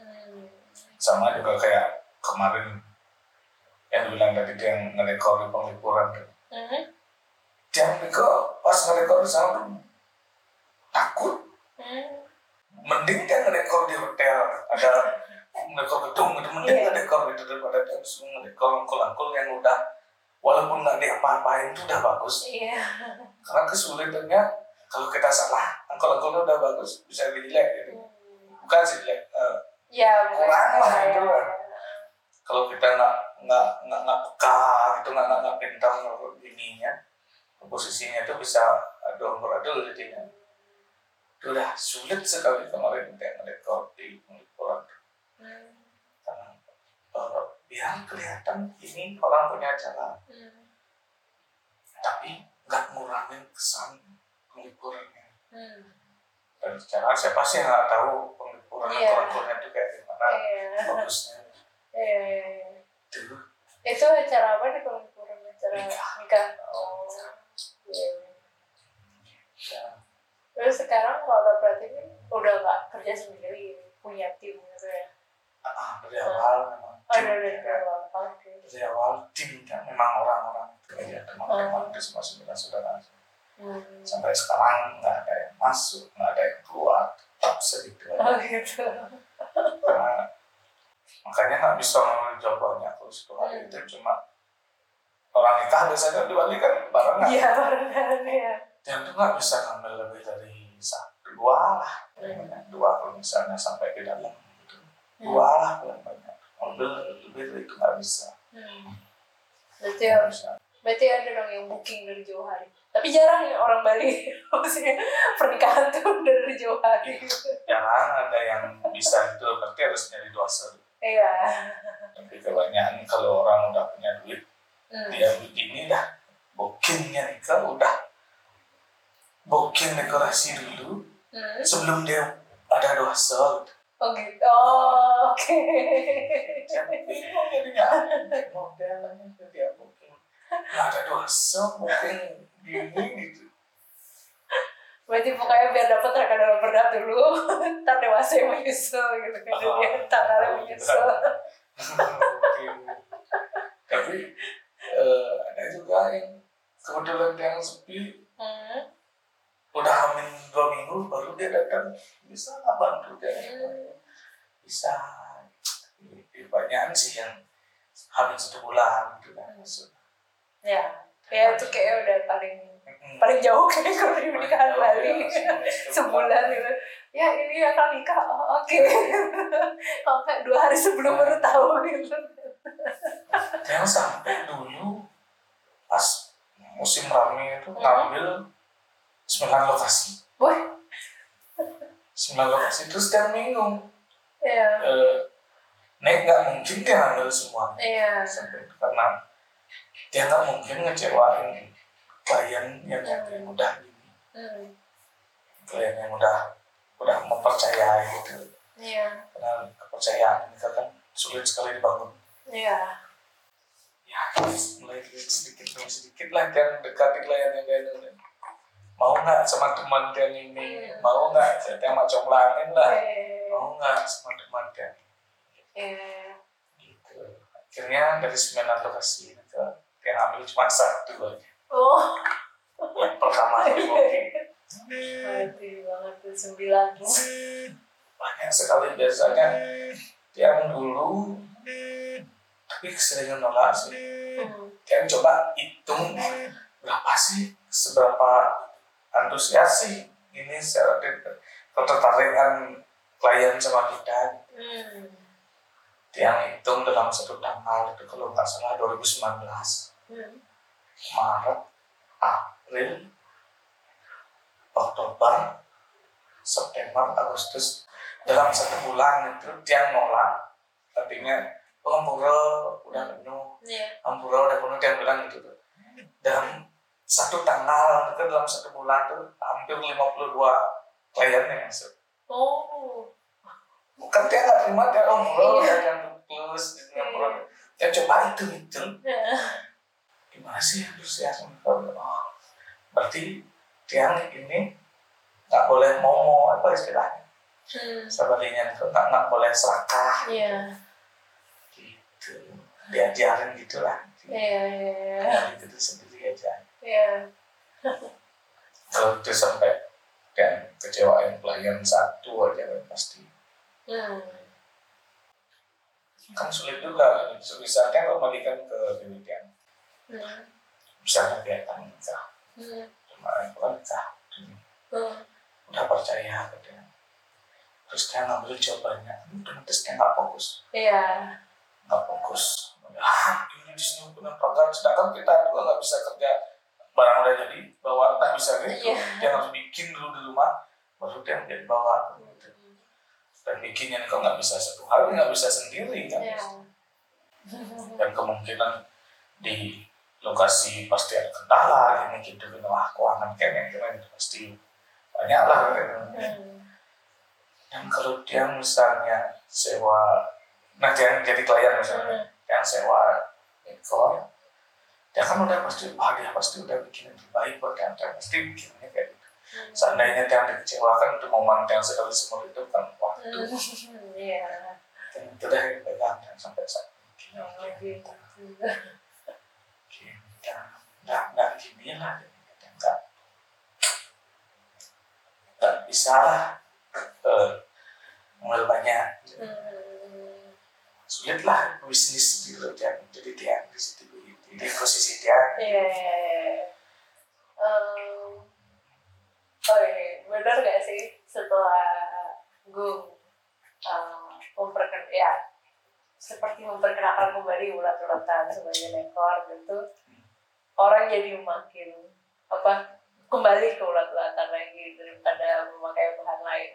sama juga kayak kemarin yang bilang tadi dia yang ngerekor di penglipuran tuh. Mm-hmm. Dia mereka pas ngerekor di sana tuh takut. Mm. Mending dia ngerekor di hotel, ada ngerekor gedung gitu, mending yeah. ngerekor gitu daripada dia harus ngerekor angkul-angkul yang udah walaupun nggak diapa-apain itu udah bagus. Iya. Yeah. Karena kesulitannya kalau kita salah, angkul-angkulnya udah bagus bisa jelek gitu. Mm. Bukan sih jelek, uh, yeah, kurang lah gitu lah. Kalau kita nggak nggak nggak nggak peka gitu, nggak nggak nggak pintar ininya, posisinya itu bisa adul-adul jadinya. Itu udah sulit sekali kemarin kayak ngerekor di penglipuran. Hmm. Karena uh, biar kelihatan ini orang punya acara, hmm. tapi nggak ngurangin kesan penglipurannya. Hmm. Dan secara siapa sih nggak tahu penglipuran yeah. angkul-angkulnya itu kayak gimana yeah. bagusnya. Eh, itu itu acara apa nih kalau kurang acara nikah? nikah. Oh, yeah. Ya. Terus sekarang kalau berarti ini udah nggak kerja sendiri, punya tim gitu ya? Ah, dari awal memang. Oh, dari awal. Oke. Dari awal tim kan memang orang-orang kayak teman-teman itu semua saudara-saudara. Hmm. Sampai sekarang nggak ada yang masuk, nggak ada yang keluar, tetap segitu. Oh gitu. Karena makanya nggak bisa jawab banyak terus kalau hmm. itu cuma orang nikah biasanya di Bali kan barengan. Iya barengan ya. Dan itu nggak bisa ngambil lebih dari satu dua lah, hmm. dua kalau misalnya sampai di dalam gitu, hmm. dua lah paling banyak. Mobil lebih dari itu nggak bisa. Hmm. Berarti ya, berarti ada dong yang booking dari jauh hari. Tapi jarang ya orang Bali, maksudnya pernikahan tuh dari jauh hari. Jarang ada yang bisa itu, berarti harus nyari dua seri. Iya. Tapi kebanyakan kalau orang udah punya duit, hmm. dia begini dah, bookingnya nikah udah booking dekorasi dulu hmm. sebelum dia ada dua set. Oh gitu. Oh, oke. Okay. Jangan bingung jadinya. Modelnya dia booking. Nggak ada dua set booking gini gitu. Berarti pokoknya biar dapat rekaman berat dulu, ntar dewasa yang menyusul gitu kan, oh, dia tanggalnya menyusul. Tapi uh, ada juga yang kebetulan yang sepi, hmm. udah hamil dua minggu baru dia datang, bisa nggak bantu dia? Hmm. Bisa. Banyak sih yang hamil satu bulan gitu kan. Ya, ya itu kayak udah paling paling jauh kayak kalau di pernikahan Bali sebulan gitu ya ini akan nikah oh, oke okay. Kalau nggak dua hari sebelum baru tahu gitu. Yang sampai dulu pas musim rame itu ngambil sembilan lokasi. Wah, sembilan lokasi terus setiap minggu. Iya. Uh, Nek nggak mungkin dia ambil semua. Iya. Sampai karena dia nggak mungkin ngecewain klien yang yang udah ini, hmm. klien yang udah udah mempercayai gitu. Iya. Karena kepercayaan itu kan sulit sekali dibangun. Iya. Ya, mulai sedikit demi sedikit lah yang dekati klien yang kayak ini. Mau nggak sama teman dia ini? Hmm. Mau nggak? Saya mau comblangin lah. E. Mau nggak sama teman dia? Iya. Gitu. Akhirnya dari sembilan lokasi itu yang ambil cuma satu aja. Oh, yang pertama itu mungkin. Mati banget tuh sembilan. Banyak sekali biasanya yang dulu, tapi sering nolak sih. Hmm. Yang coba hitung berapa sih, seberapa antusias sih ini secara ketertarikan klien sama kita. Hmm. Yang hitung dalam satu tanggal itu kalau nggak salah dua ribu sembilan belas. Hmm. Maret, April, Oktober, September, Agustus dalam satu bulan itu dia nolak. Artinya oh Ampura udah penuh, yeah. Ampura udah penuh dia bilang gitu tuh. Dan satu tanggal itu dalam satu bulan tuh hampir lima puluh dua klien yang masuk. Oh. Bukan dia nggak terima dia Ampura yeah. yang plus di Ampura. Dia coba itu itu. Yeah. Gimana sih antusiasme? Oh, berarti tiang ini nggak boleh momo apa istilahnya? Hmm. Sepertinya itu nggak nggak boleh serakah. Yeah. diajarin gitulah. Iya iya iya. Kembali itu sendiri aja. Iya. Kalau itu sampai dan kecewain klien satu aja kan pasti. Hmm. Kan sulit juga. Misalnya kembalikan ke penelitian. Hmm. Misalnya dia akan nikah. Hmm. Kemarin itu kan nikah. Hmm. Udah percaya ke dia. Terus dia ngambil jawabannya, otomatis dia nggak fokus. Iya. Nggak fokus. Ah, ini di sini punya program. Sedangkan kita juga nggak bisa kerja barang udah jadi bawa tak bisa gitu. Iya. Dia harus bikin dulu di rumah, baru dia menjadi bawa. Gitu. Dan bikinnya kalau nggak bisa satu hari nggak bisa sendiri kan. Iya. Dan kemungkinan di lokasi pasti ada kendala ini gitu kan, wah keuangan kayaknya itu pasti banyak lah gitu. Hmm. Dan kalau dia misalnya sewa, nah dia jadi klien misalnya, Hmm. yang sewa ekor, dia kan udah pasti, wah dia pasti udah bikin yang terbaik buat dia, dia pasti bikinnya kayak gitu. Hmm. Seandainya dia dikecewakan itu momen yang sekali seumur hidup kan waktu. Hmm. Iya. Dan itu dah yang pegang dan sampai saat ini. Oh, gitu. Kita nggak nggak gini lah, nggak nggak bisa lah. Uh, mulai banyak Hmm. sulit lah bisnis di dia jadi dia di situ di posisi dia. Iya iya iya. Um, oh ini benar gak sih setelah gue uh, memperken ya seperti memperkenalkan kembali ulat-ulatan sebagai ekor gitu, orang jadi makin apa kembali ke ulat-ulatan lagi daripada memakai bahan lain.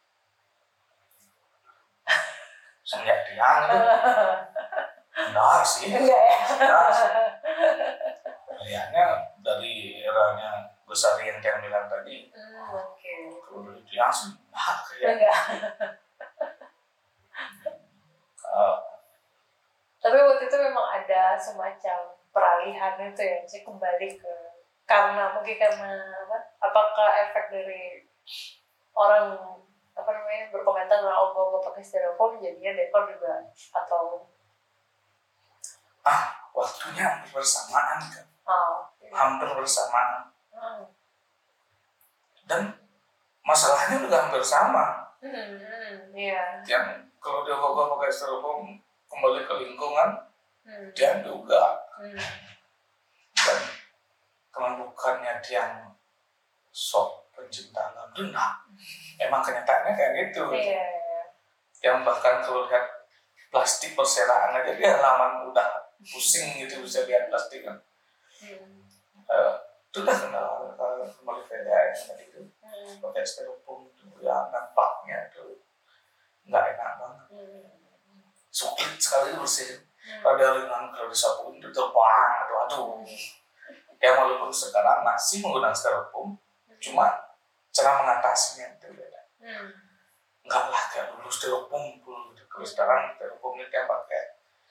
Senjak tiang itu enggak sih, Enggak ya? enggak sih. Kayaknya dari eranya besar yang dia bilang tadi. Hmm, oke. Okay. Kalau dari tiang sih enggak kayaknya. Enggak. Uh, Tapi waktu itu memang ada semacam peralihan itu ya, sih kembali ke karena mungkin karena apa? Apakah efek dari orang apa namanya berkomentar tentang oh gue pakai styrofoam jadinya dekor juga atau ah waktunya hampir bersamaan kan, oh, iya. hampir bersamaan Hmm. dan masalahnya juga hampir sama. Hmm, hmm, iya. Yang kalau dia gogol pakai styrofoam kembali ke lingkungan, hmm. dia juga hmm. dan kalau bukannya dia sok pencinta alam dunia, emang kenyataannya kayak gitu. Iya. Yang bahkan kalau lihat plastik perseraan aja dia halaman udah pusing gitu bisa lihat plastik kan. Hmm. Uh, itu udah kenal uh, kembali ke daerah tadi itu Hmm. pakai styrofoam itu ya nampaknya itu nggak enak banget. Hmm. Sulit sekali bersih. Hmm. Pada dengan kalau disapuin itu terbang aduh aduh. Ya walaupun sekarang masih menggunakan styrofoam, cuma cara mengatasinya itu beda. Hmm. Enggak lah kayak dulu styrofoam pun gitu. Kalau sekarang styrofoam ini dia pakai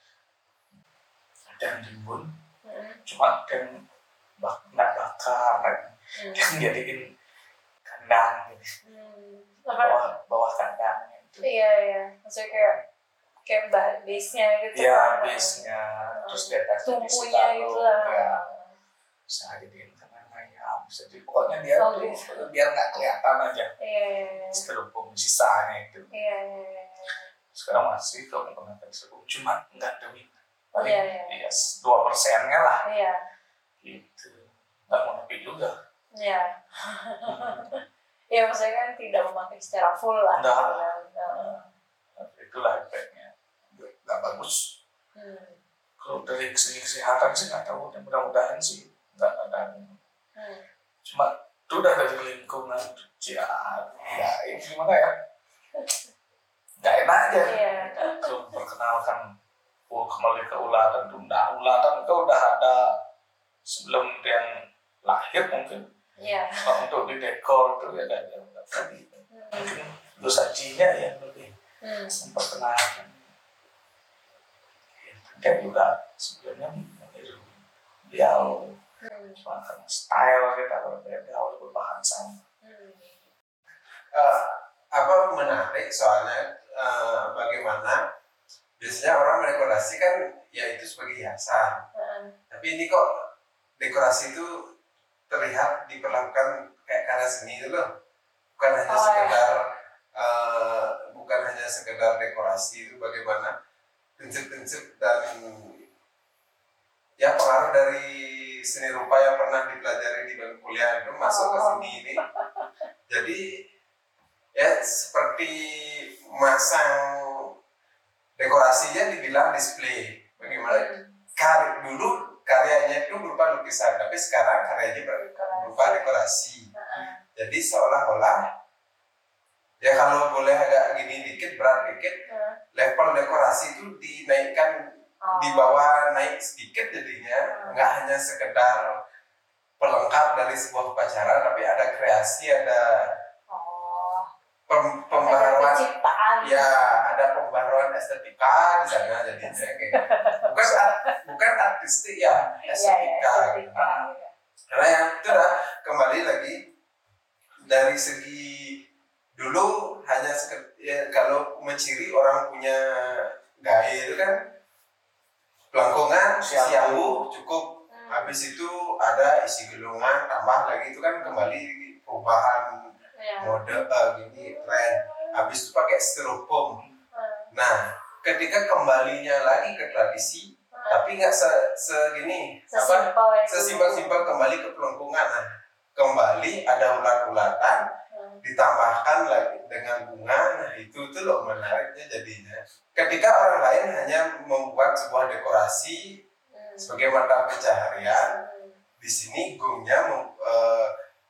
dan timbun, Hmm. cuma dan bak nggak bakar, Hmm. dan jadiin kandang gitu. Hmm. Bawah bawah kandang itu. Iya iya, maksudnya kayak kayak base-nya gitu. Iya base-nya, terus di atasnya tumpunya gitu lah. Ya. Bisa jadiin kandang ayam, bisa di pokoknya dia Oh, tuh gitu. biar nggak kelihatan aja. Iya iya. Styrofoam sisanya itu. Iya iya. Sekarang masih kalau menggunakan styrofoam, cuma nggak dominan. Paling Iya, iya. ya dua persennya lah. Iya. Gitu. Nggak mau lebih juga. Iya. Ya maksudnya kan tidak memakai secara full lah. Nggak. Nah. Itulah efeknya. Nggak bagus. Hmm. Kalau dari segi kesehatan sih nggak tahu. Mudah-mudahan sih nggak ada. Hmm. Cuma itu udah dari lingkungan. Ya, ya ini gimana ya? Nggak enak aja. Iya. Kalau perkenalkan oh, kembali ke ulatan itu. Nah, ulatan itu udah ada sebelum dia lahir mungkin. Iya. Nah, untuk di dekor itu ya kan yang tadi mungkin dosajinya yang lebih Hmm. memperkenalkan. Dan juga sebelumnya meniru beliau, Hmm. cuma karena style kita berbeda walaupun bahan sama. Hmm. Uh, apa menarik soalnya uh, bagaimana biasanya orang mendekorasi kan ya itu sebagai hiasan. Uh. Tapi ini kok dekorasi itu terlihat diperlakukan kayak karya seni itu loh. Bukan hanya oh, sekedar ya. uh, bukan hanya sekedar dekorasi itu, bagaimana prinsip-prinsip dan ya pengaruh dari seni rupa yang pernah dipelajari di bangku kuliah itu masuk oh. ke sini ini. Jadi ya seperti masang dekorasinya dibilang display. Bagaimana hmm. kar dulu karyanya itu berupa lukisan, tapi sekarang karyanya berupa dekorasi. Hmm. Jadi seolah-olah ya kalau boleh agak gini dikit, berat dikit, hmm. level dekorasi itu dinaikkan oh. di bawah naik sedikit jadinya, hmm. nggak hanya sekedar pelengkap dari sebuah upacara, tapi ada kreasi, ada oh. pem pembaruan, ya ada pembaruan estetika di sana jadinya kayak bukan bukan artistik ya, estetika. Ya, ya, nah, karena yang itu dah kembali lagi dari segi dulu hanya ya, kalau menciri orang punya gaya itu kan pelengkungan, siambu cukup. Hmm. Habis itu ada isi gelungan, tambah lagi itu kan kembali perubahan ya. Mode uh, gini tren. Habis itu pakai styrofoam. Hmm. Nah, ketika kembalinya lagi ke tradisi, hmm. tapi nggak se segini apa sesimpel-simpel kembali ke pelengkungan. Nah, kembali ada ulat-ulatan, hmm. ditambahkan lagi dengan bunga. Nah, itu tuh loh menariknya jadinya. Ketika orang lain hanya membuat sebuah dekorasi hmm. sebagai mata pencaharian, hmm. di sini gongnya mem, uh,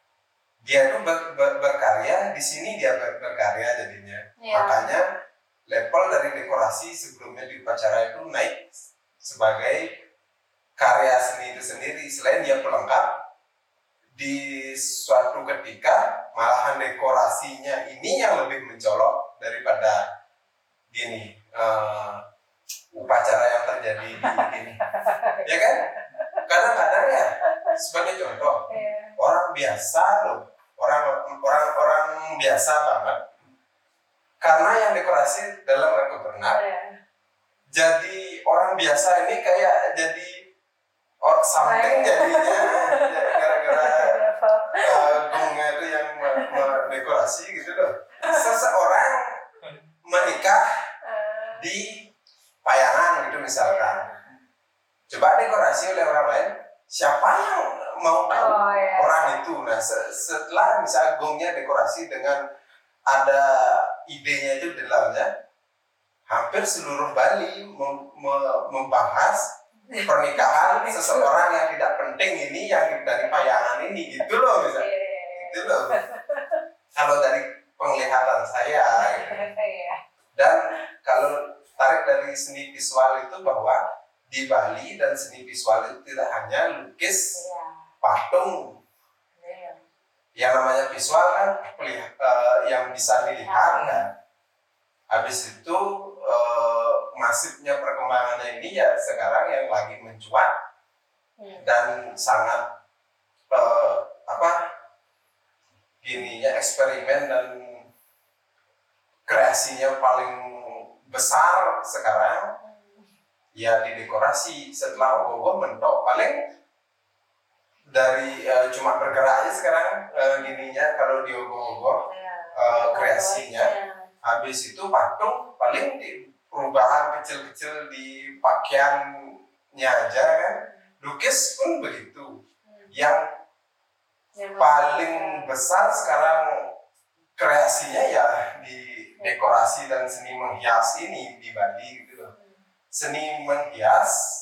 dia tuh ber, ber, berkarya, di sini dia ber, berkarya jadinya. Ya. Makanya level dari dekorasi sebelumnya di upacara itu naik sebagai karya seni itu sendiri. Selain dia pelengkap, di suatu ketika malahan dekorasinya ini yang lebih mencolok daripada gini uh, upacara yang terjadi di ini, ya kan? Kadang-kadang ya sebagai contoh yeah. orang biasa loh, orang orang orang biasa banget, karena yang dekorasi dalam rangka benar, yeah. jadi orang biasa ini kayak jadi or something jadinya gara-gara uh, bunga itu yang mendekorasi gitu loh. Seseorang menikah di payangan gitu misalkan, coba dekorasi oleh orang lain, siapa yang mau tahu oh, yeah. orang itu? Nah setelah misalnya gongnya dekorasi dengan ada idenya itu di dalamnya, hampir seluruh Bali mem mem membahas pernikahan seseorang yang tidak penting ini, yang dari payangan ini, gitu loh misalnya, gitu loh. Kalau dari penglihatan saya, gitu. Dan kalau tarik dari seni visual itu bahwa di Bali dan seni visual itu tidak hanya lukis, patung, yang namanya visual kan uh, yang bisa dilihat kan. Habis itu uh, masifnya perkembangannya ini ya sekarang yang lagi mencuat hmm. dan sangat uh, apa gininya eksperimen dan kreasinya paling besar sekarang hmm. ya di dekorasi. Setelah ogoh mentok paling dari uh, cuma bergerak aja sekarang uh, gininya kalau di ogoh-ogoh uh, kreasinya. Habis itu patung paling di perubahan kecil-kecil di pakaiannya aja kan. Lukis pun begitu. Yang paling besar sekarang kreasinya ya di dekorasi dan seni menghias ini di Bali gitu loh. Seni menghias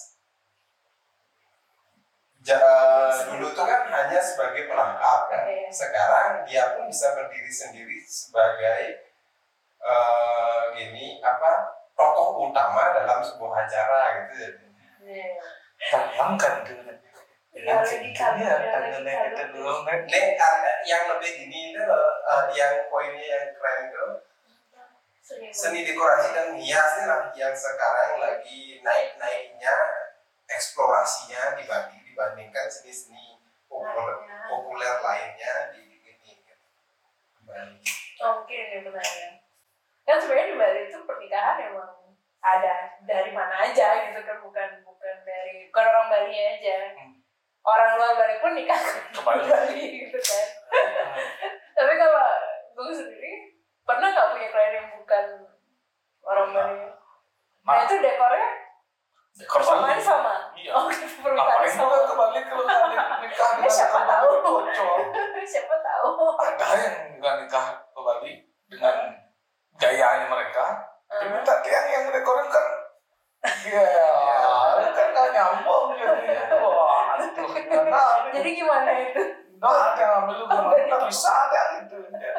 ja, dulu tuh kan hanya sebagai pelengkap kan. Sekarang dia pun bisa berdiri sendiri sebagai Uh, gini apa tokoh utama dalam sebuah acara gitu ya. Bayangkan tuh dengan segitunya tangannya kita belum kan. Nih yang lebih gini itu uh, yang poinnya yang keren itu seni dekorasi dan hias lah yang sekarang lagi naik-naiknya eksplorasinya di Bali dibandingkan seni-seni populer, populer lainnya di ini Bali. Oh, mungkin ya benar ya. Kan sebenarnya di Bali itu pernikahan emang ada dari mana aja gitu kan, bukan bukan dari bukan orang Bali aja, hmm. orang luar Bali pun nikah ke Bali gitu kan. Hmm. Tapi kalau gue sendiri pernah nggak punya klien yang bukan orang Bali? Nah, nah itu dekornya dekor sama sama. Iya. Oh, gitu, permintaan sama. Ke Bali kalau kalian nikah dengan siapa tahu? Siapa tahu? Ada yang nggak nikah ke Bali dengan gayanya mereka. Tapi tak yang yang dekorin kan, ya, kan nggak nyambung jadi, wah, aduh, gimana? Jadi gimana itu? Nggak ada yang ambil lu gimana? Nggak bisa ada gitu.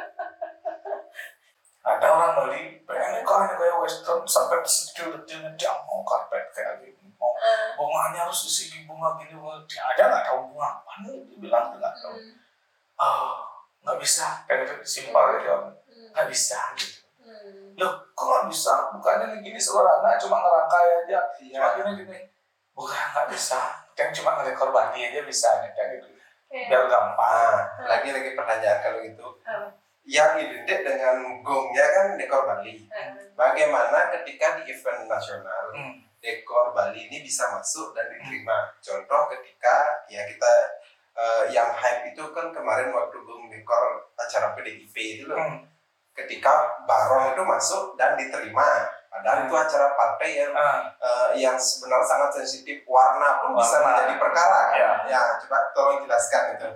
Ada orang Bali pengen nikah kayak western sampai sedikit-sedikit dia mau karpet kayak gini, mau bunganya harus disini bunga gini, bunga dia aja nggak tahu bunga apa nih, dia bilang nggak tahu. Oh, nggak bisa, kayak simpel aja, nggak bisa gitu. Loh, kok nggak bisa? Bukannya gini sederhana, cuma ngerangkai aja. Cuma gini-gini. Bukan, nggak bisa. Kan cuma ngedekor Bali aja bisa. Kayak gitu. Biar gampang. Nah, lagi-lagi pertanyaan kalau itu. Yang identik dengan gongnya kan dekor Bali. Bagaimana ketika di event nasional, dekor Bali ini bisa masuk dan diterima? Contoh ketika ya kita uh, yang hype itu kan kemarin waktu gong dekor acara P D I P itu loh. Ketika barong itu masuk dan diterima, padahal hmm. itu acara partai yang hmm. uh, yang sebenarnya sangat sensitif, warna pun warna. Bisa menjadi perkara kan? Ya. Ya, coba tolong jelaskan itu.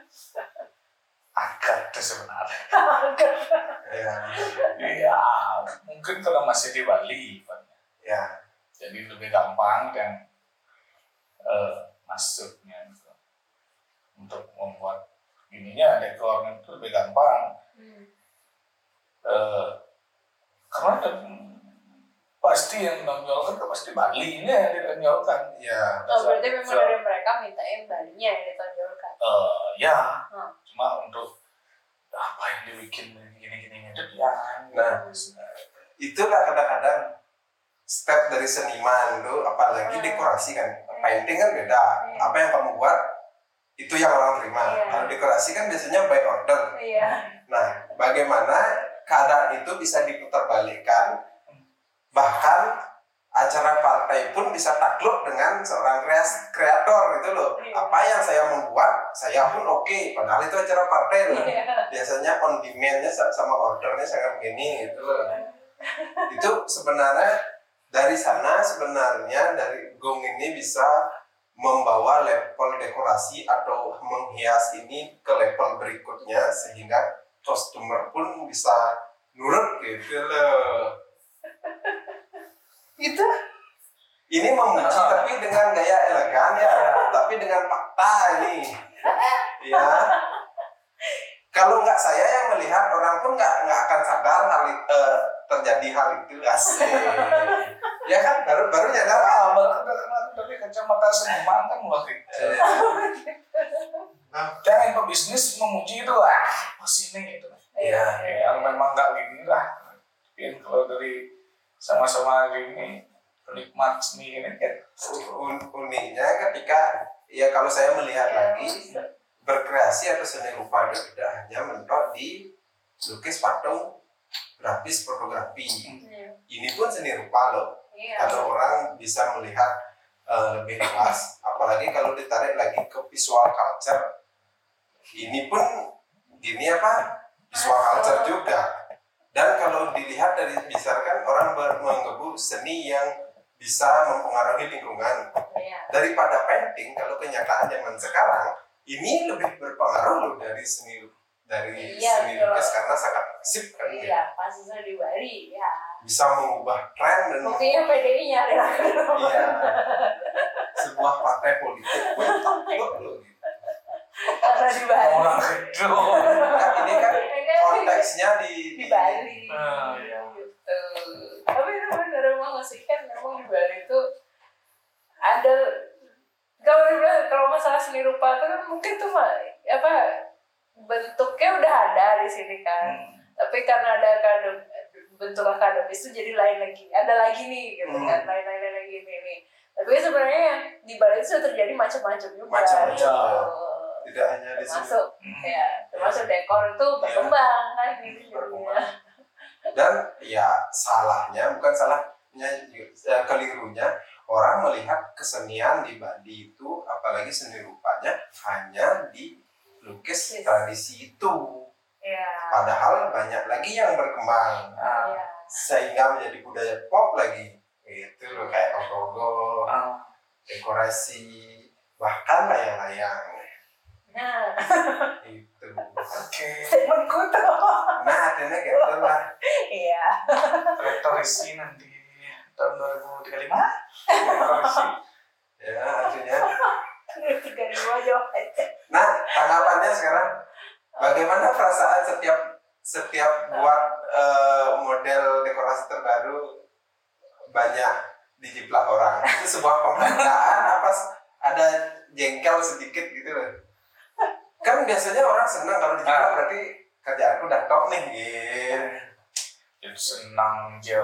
Agak itu sebenarnya. ya. ya, mungkin kalau masih di Bali, ya, jadi lebih gampang dan uh, masuknya gitu. Untuk membuat ininya dekor itu lebih gampang. Hmm. Uh, karena pasti yang menonjolkan kan pasti Bali ini yang ditonjolkan. Ya. Oh, berarti memang so, dari mereka minta yang Balinya yang ditonjolkan. Uh, ya. Hmm. Cuma untuk apa yang dibikin gini-gini itu ya. Nah, itulah kadang-kadang step dari seniman itu, apalagi hmm. dekorasi kan. Painting kan beda. Hmm. Apa yang kamu buat itu yang orang terima. Yeah. Kalau dekorasi kan biasanya by order. Yeah. Nah, bagaimana keadaan itu bisa diputarbalikkan, bahkan acara partai pun bisa takluk dengan seorang kreas, kreator itu loh. Yeah. Apa yang saya membuat, saya pun oke, okay. Padahal itu acara partai loh. Yeah. Biasanya on demand-nya sama ordernya sangat begini gitu loh. Itu sebenarnya dari sana sebenarnya dari gong ini bisa membawa level dekorasi atau menghias ini ke level berikutnya sehingga customer pun bisa nurut gitu loh. Itu ini memuji uh. tapi dengan gaya elegan ya, tapi dengan fakta ini. Ya. Kalau nggak saya yang melihat, orang pun nggak nggak akan sadar hal uh, terjadi hal itu asik. Ya kan baru baru nyadar ah, baru dari kacamata seniman kan waktu itu. Nah, jangan pebisnis memuji itu ah pasti ini gitu. Iya, yang memang nggak gini lah. Mungkin kalau dari sama-sama gini penikmat seni ini kan Un- uniknya ketika ya kalau saya melihat lagi berkreasi atau seni rupa itu tidak hanya mentok di lukis patung grafis fotografi. Hmm. Ini pun seni rupa loh. Yeah. Kalau orang bisa melihat uh, lebih luas, apalagi kalau ditarik lagi ke visual culture. Ini pun gini apa visual culture juga. Dan kalau dilihat dari misalkan orang mengebu seni yang bisa mempengaruhi lingkungan. Yeah. Daripada painting, kalau kenyataan zaman sekarang ini lebih berpengaruh loh dari seni dari iya, seni lukis karena sangat masif kan. Iya, pasti saya di Bali ya. Bisa mengubah tren dan buktinya P D I nyari lagi. Iya. Sebuah partai politik pun takluk loh. Karena di Bali. Orang itu. Nah, ini kan konteksnya di di Bali. Uh, iya. Gitu. Tapi itu benar emang sih kan memang di Bali itu ada kalau dibilang kalau masalah seni rupa itu kan mungkin tuh apa bentuknya udah ada di sini kan. Hmm. Tapi karena ada kadang bentuk akademis itu jadi lain lagi. Ada lagi nih gitu hmm. kan, lain-lain lagi nih nih. Tapi sebenarnya yang di Bali itu sudah terjadi macam-macam juga. Macam-macam. Gitu. Tidak hanya di sini. Termasuk hmm. ya, termasuk dekor itu berkembang ya. kan gitu. Berkembang. Dan ya salahnya bukan salah eh, kelirunya orang melihat kesenian di Bali itu, apalagi seni rupanya hanya di lukis tradisi itu. Yeah. Padahal banyak lagi yang berkembang, nah, yeah. sehingga menjadi budaya pop lagi. Itu loh, kayak ogoh-ogoh, uh. dekorasi, bahkan layang-layang. Nah, itu. Oke. Okay. Statementku tuh. Nah, artinya gitu lah. Iya. Rektorisi nanti tahun dua ribu tiga puluh lima. Rektorisi. Ya, artinya. tiga puluh lima jauh aja. Nah, tanggapannya sekarang, bagaimana perasaan setiap setiap buat uh, model dekorasi terbaru banyak dijiplak orang? Itu sebuah penghargaan apa ada jengkel sedikit gitu loh? Kan biasanya orang senang kalau dijiplak, berarti kerjaanku udah top nih gitu. Jadi senang aja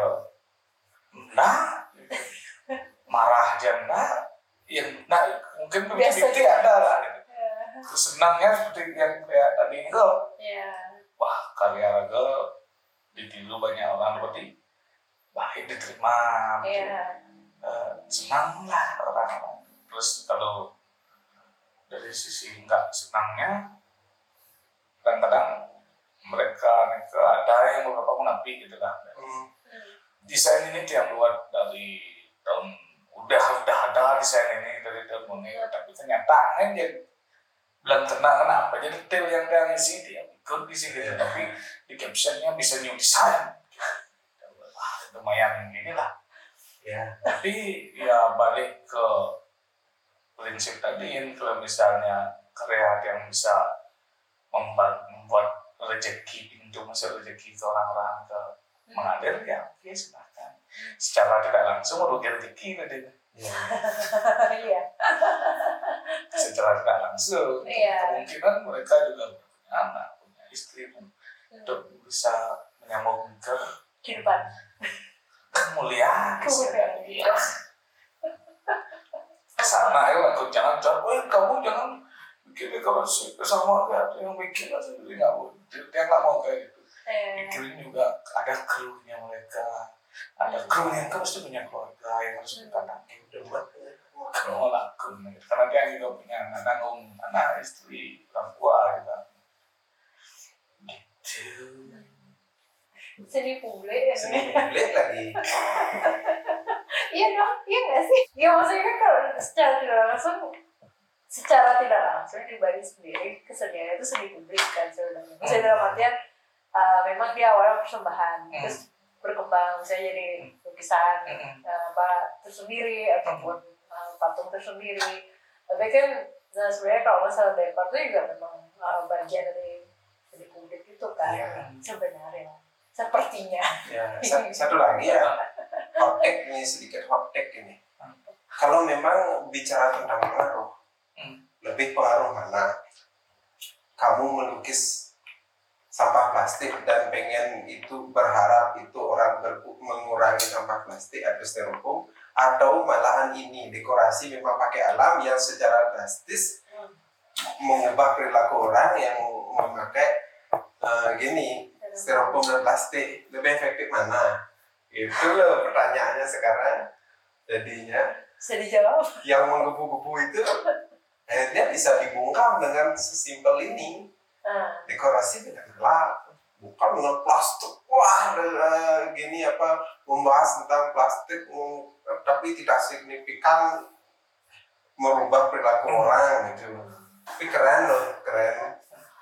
nah marah aja nah yang nah mungkin begitu ada lah gitu. Yeah. Senangnya seperti yang kayak tadi itu yeah. Wah karya Ragel ditiru banyak orang, berarti baik diterima gitu. Yeah. Uh, senang lah orang-orang. Terus kalau dari sisi nggak senangnya, kadang-kadang mereka mereka ada yang beberapa munafik gitu kan. Hmm. Desain ini dia buat dari tahun udah udah ada desain ini dari tahun ini, tapi ternyata kan dia bilang tenang kenapa jadi detail yang dia isi dia ikut di sini gitu, tapi di captionnya bisa new design. Wah lumayan inilah. Ya. Tapi ya balik ke prinsip tadi, kalau misalnya karya yang bisa membuat, membuat rezeki, pintu masuk rezeki ke orang-orang ke mengalir, ya oke okay, silahkan. Secara tidak langsung merugi rezeki tadi. Iya. Secara tidak langsung, yeah. kemungkinan mereka juga punya anak, punya istri, hmm. untuk bisa menyambung ke kehidupan, kemuliaan. Kemuliaan. Iya. Sana ya, aku jangan jangan, eh kamu jangan bikin kalau sama ada yang bikin aja jadi nggak mau, dia nggak mau kayak gitu. Pikirin juga ada krunya mereka, ada krunya yang harus punya keluarga yang harus ditanami udah kalau laku, karena dia juga punya nanggung anak istri orang tua gitu. Gitu. Seni publik ya. Seni publik lagi. Iya dong, iya nggak sih? Ya maksudnya kan kalau secara tidak langsung, secara tidak langsung di Bali sendiri kesenian itu seni publik kan sebenarnya. Maksudnya dalam artian uh, memang dia awalnya persembahan, hmm. terus berkembang misalnya jadi lukisan hmm. uh, apa tersendiri ataupun uh, patung tersendiri. Tapi kan nah sebenarnya kalau masalah dekor itu juga memang uh, bagian dari seni publik itu kan yeah. sebenarnya. Sepertinya. Ya, satu lagi ya, hot take ini sedikit hot take ini. Hmm. Kalau memang bicara tentang pengaruh, hmm. lebih pengaruh mana? Kamu melukis sampah plastik dan pengen itu berharap itu orang ber- mengurangi sampah plastik atau styrofoam, atau malahan ini dekorasi memang pakai alam yang secara drastis hmm. mengubah perilaku orang yang memakai uh, gini. Styrofoam dan plastik lebih efektif mana? Itu loh pertanyaannya sekarang. Jadinya bisa dijawab. Yang menggebu-gebu itu akhirnya bisa dibungkam dengan sesimpel ini. Hmm. Dekorasi dengan gelap, bukan dengan plastik. Wah, uh, gini apa membahas tentang plastik, um, tapi tidak signifikan merubah perilaku hmm. orang gitu. Tapi keren loh, keren.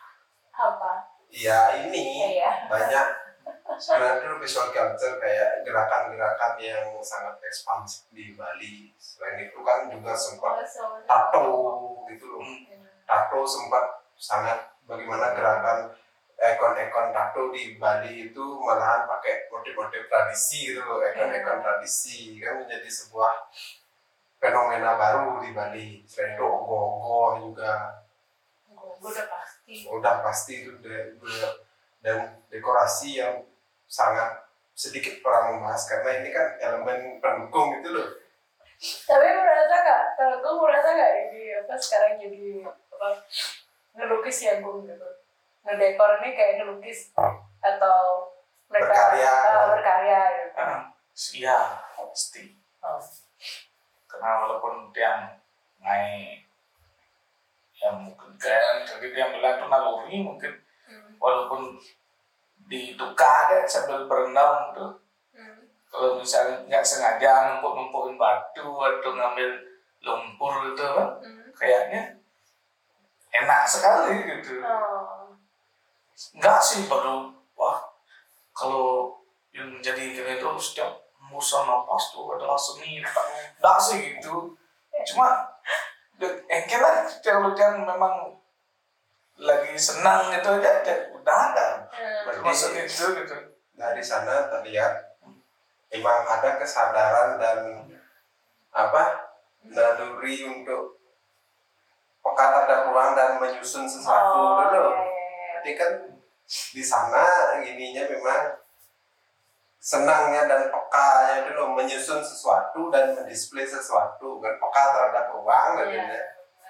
Apa? Ya ini ya, ya. banyak sebenarnya visual culture kayak gerakan-gerakan yang sangat ekspansif di Bali. Selain itu kan juga sempat tato gitu loh. Tato sempat sangat bagaimana gerakan ikon-ikon tato di Bali itu malahan pakai motif-motif tradisi gitu loh, ikon-ikon tradisi kan menjadi sebuah fenomena baru di Bali. Selain itu ogoh-ogoh juga. Udah pasti. Udah pasti itu udah, dan dekorasi yang sangat sedikit orang membahas karena ini kan elemen pendukung itu loh. Tapi merasa nggak? Kalau gue merasa nggak ini apa sekarang jadi apa ngelukis yang gue gitu, ngedekor ini kayak ngelukis atau mereka berkarya, uh, berkarya gitu. Uh, iya, pasti. Oh. Karena walaupun dia naik ya mungkin kayak tadi dia bilang tuh naluri mungkin hmm. walaupun di duka deh sambil berenang tuh hmm. kalau misalnya nggak sengaja numpuk-numpukin batu atau ngambil lumpur gitu kan hmm. kayaknya enak sekali gitu. Oh. Enggak sih baru wah kalau yang menjadi gini itu setiap musa napas tuh adalah seni enggak sih gitu. Cuma engkel lah kalau dia memang lagi senang gitu aja, aja udah ada hmm. masuk itu gitu. Dari sana terlihat memang ada kesadaran dan apa naluri untuk peka terhadap ruang dan menyusun sesuatu oh, dulu. Jadi kan di sana ininya memang senangnya dan pekanya dulu menyusun sesuatu dan mendisplay sesuatu kan peka terhadap ruang dan yeah.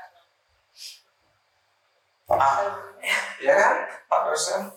ah ya kan Pak Dosen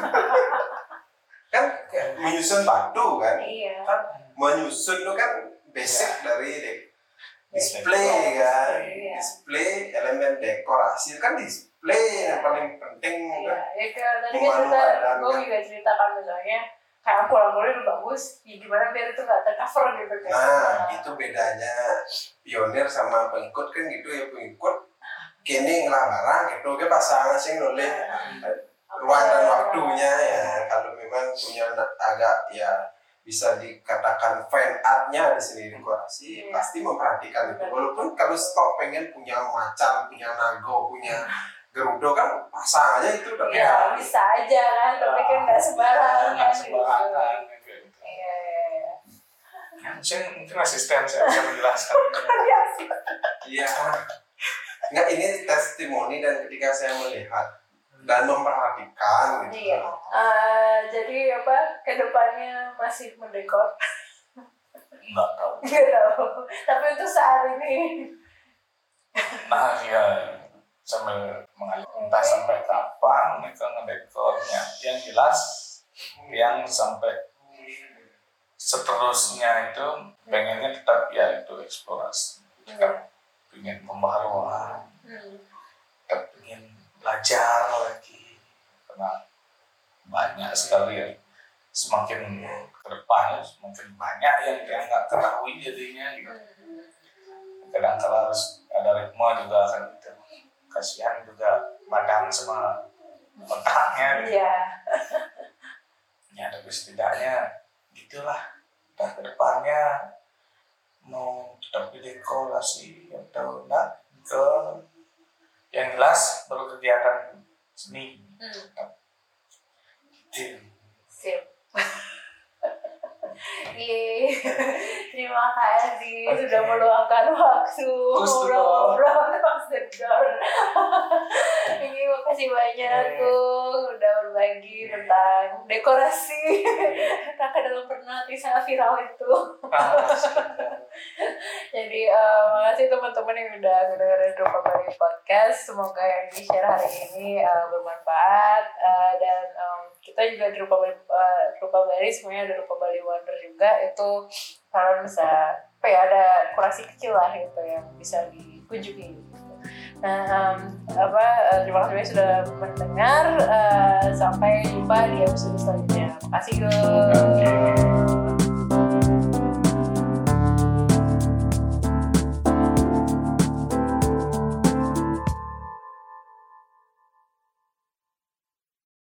kan menyusun batu kan iya. kan menyusun itu kan basic yeah. dari display kan yeah. display elemen dekorasi kan display yeah. yang paling penting yeah. kan ya kan tadi kan cerita gue juga ceritakan misalnya kayak aku laporin bagus, ya gimana biar itu nggak tercover gitu kan? Nah, itu bedanya pionir sama pengikut kan gitu ya pengikut kini ngelarang gitu, dia pasangan sih nulis ruang dan waktunya ya kalau memang punya agak ya bisa dikatakan fan art-nya di sini dekorasi yeah. pasti memperhatikan itu walaupun kalau stok pengen punya macan, punya nago, punya Gerudo kan pasang aja itu tapi ya, bisa aja kan, tapi kan nggak sembarangan nggak sembarangan gitu. Iya, iya, iya. Mungkin mungkin asisten saya bisa menjelaskan. Iya, nggak ini testimoni dan ketika saya melihat dan memperhatikan gitu. Iya. Uh, jadi apa kedepannya masih mendekor? Nggak tahu. Nggak tahu. Tapi untuk saat ini. Nah ya. Sambil mengalir entah sampai kapan mereka ngedekornya yang jelas yang sampai seterusnya itu pengennya tetap ya itu eksplorasi tetap ingin pembaharuan tetap ingin belajar lagi karena banyak sekali ya semakin ke depannya semakin banyak yang dia nggak ketahui jadinya gitu. Kadang kalau harus ada ritme juga kan gitu kasihan juga badan sama otaknya gitu. Iya. Ya tapi setidaknya gitulah udah kedepannya mau tetap di dekorasi atau enggak ke yang jelas baru kegiatan seni hmm. gitu. Sip. Yeay, terima kasih sudah meluangkan waktu ngobrol-ngobrol sedor. Ini makasih banyak tuh udah berbagi tentang dekorasi. Kakak dalam pernah kisah viral itu. Jadi uh, makasih teman-teman yang udah dengerin Rupa Bali Podcast. Semoga yang di-share hari ini uh, bermanfaat uh, dan um, kita juga di Rupa Bali, uh, Rupa Bali semuanya ada Rupa Bali Wonder juga itu kalian bisa apa ya ada kurasi kecil lah gitu yang bisa dikunjungi gitu. Nah um, apa uh, terima kasih sudah mendengar uh, sampai jumpa di episode selanjutnya. Makasih guys.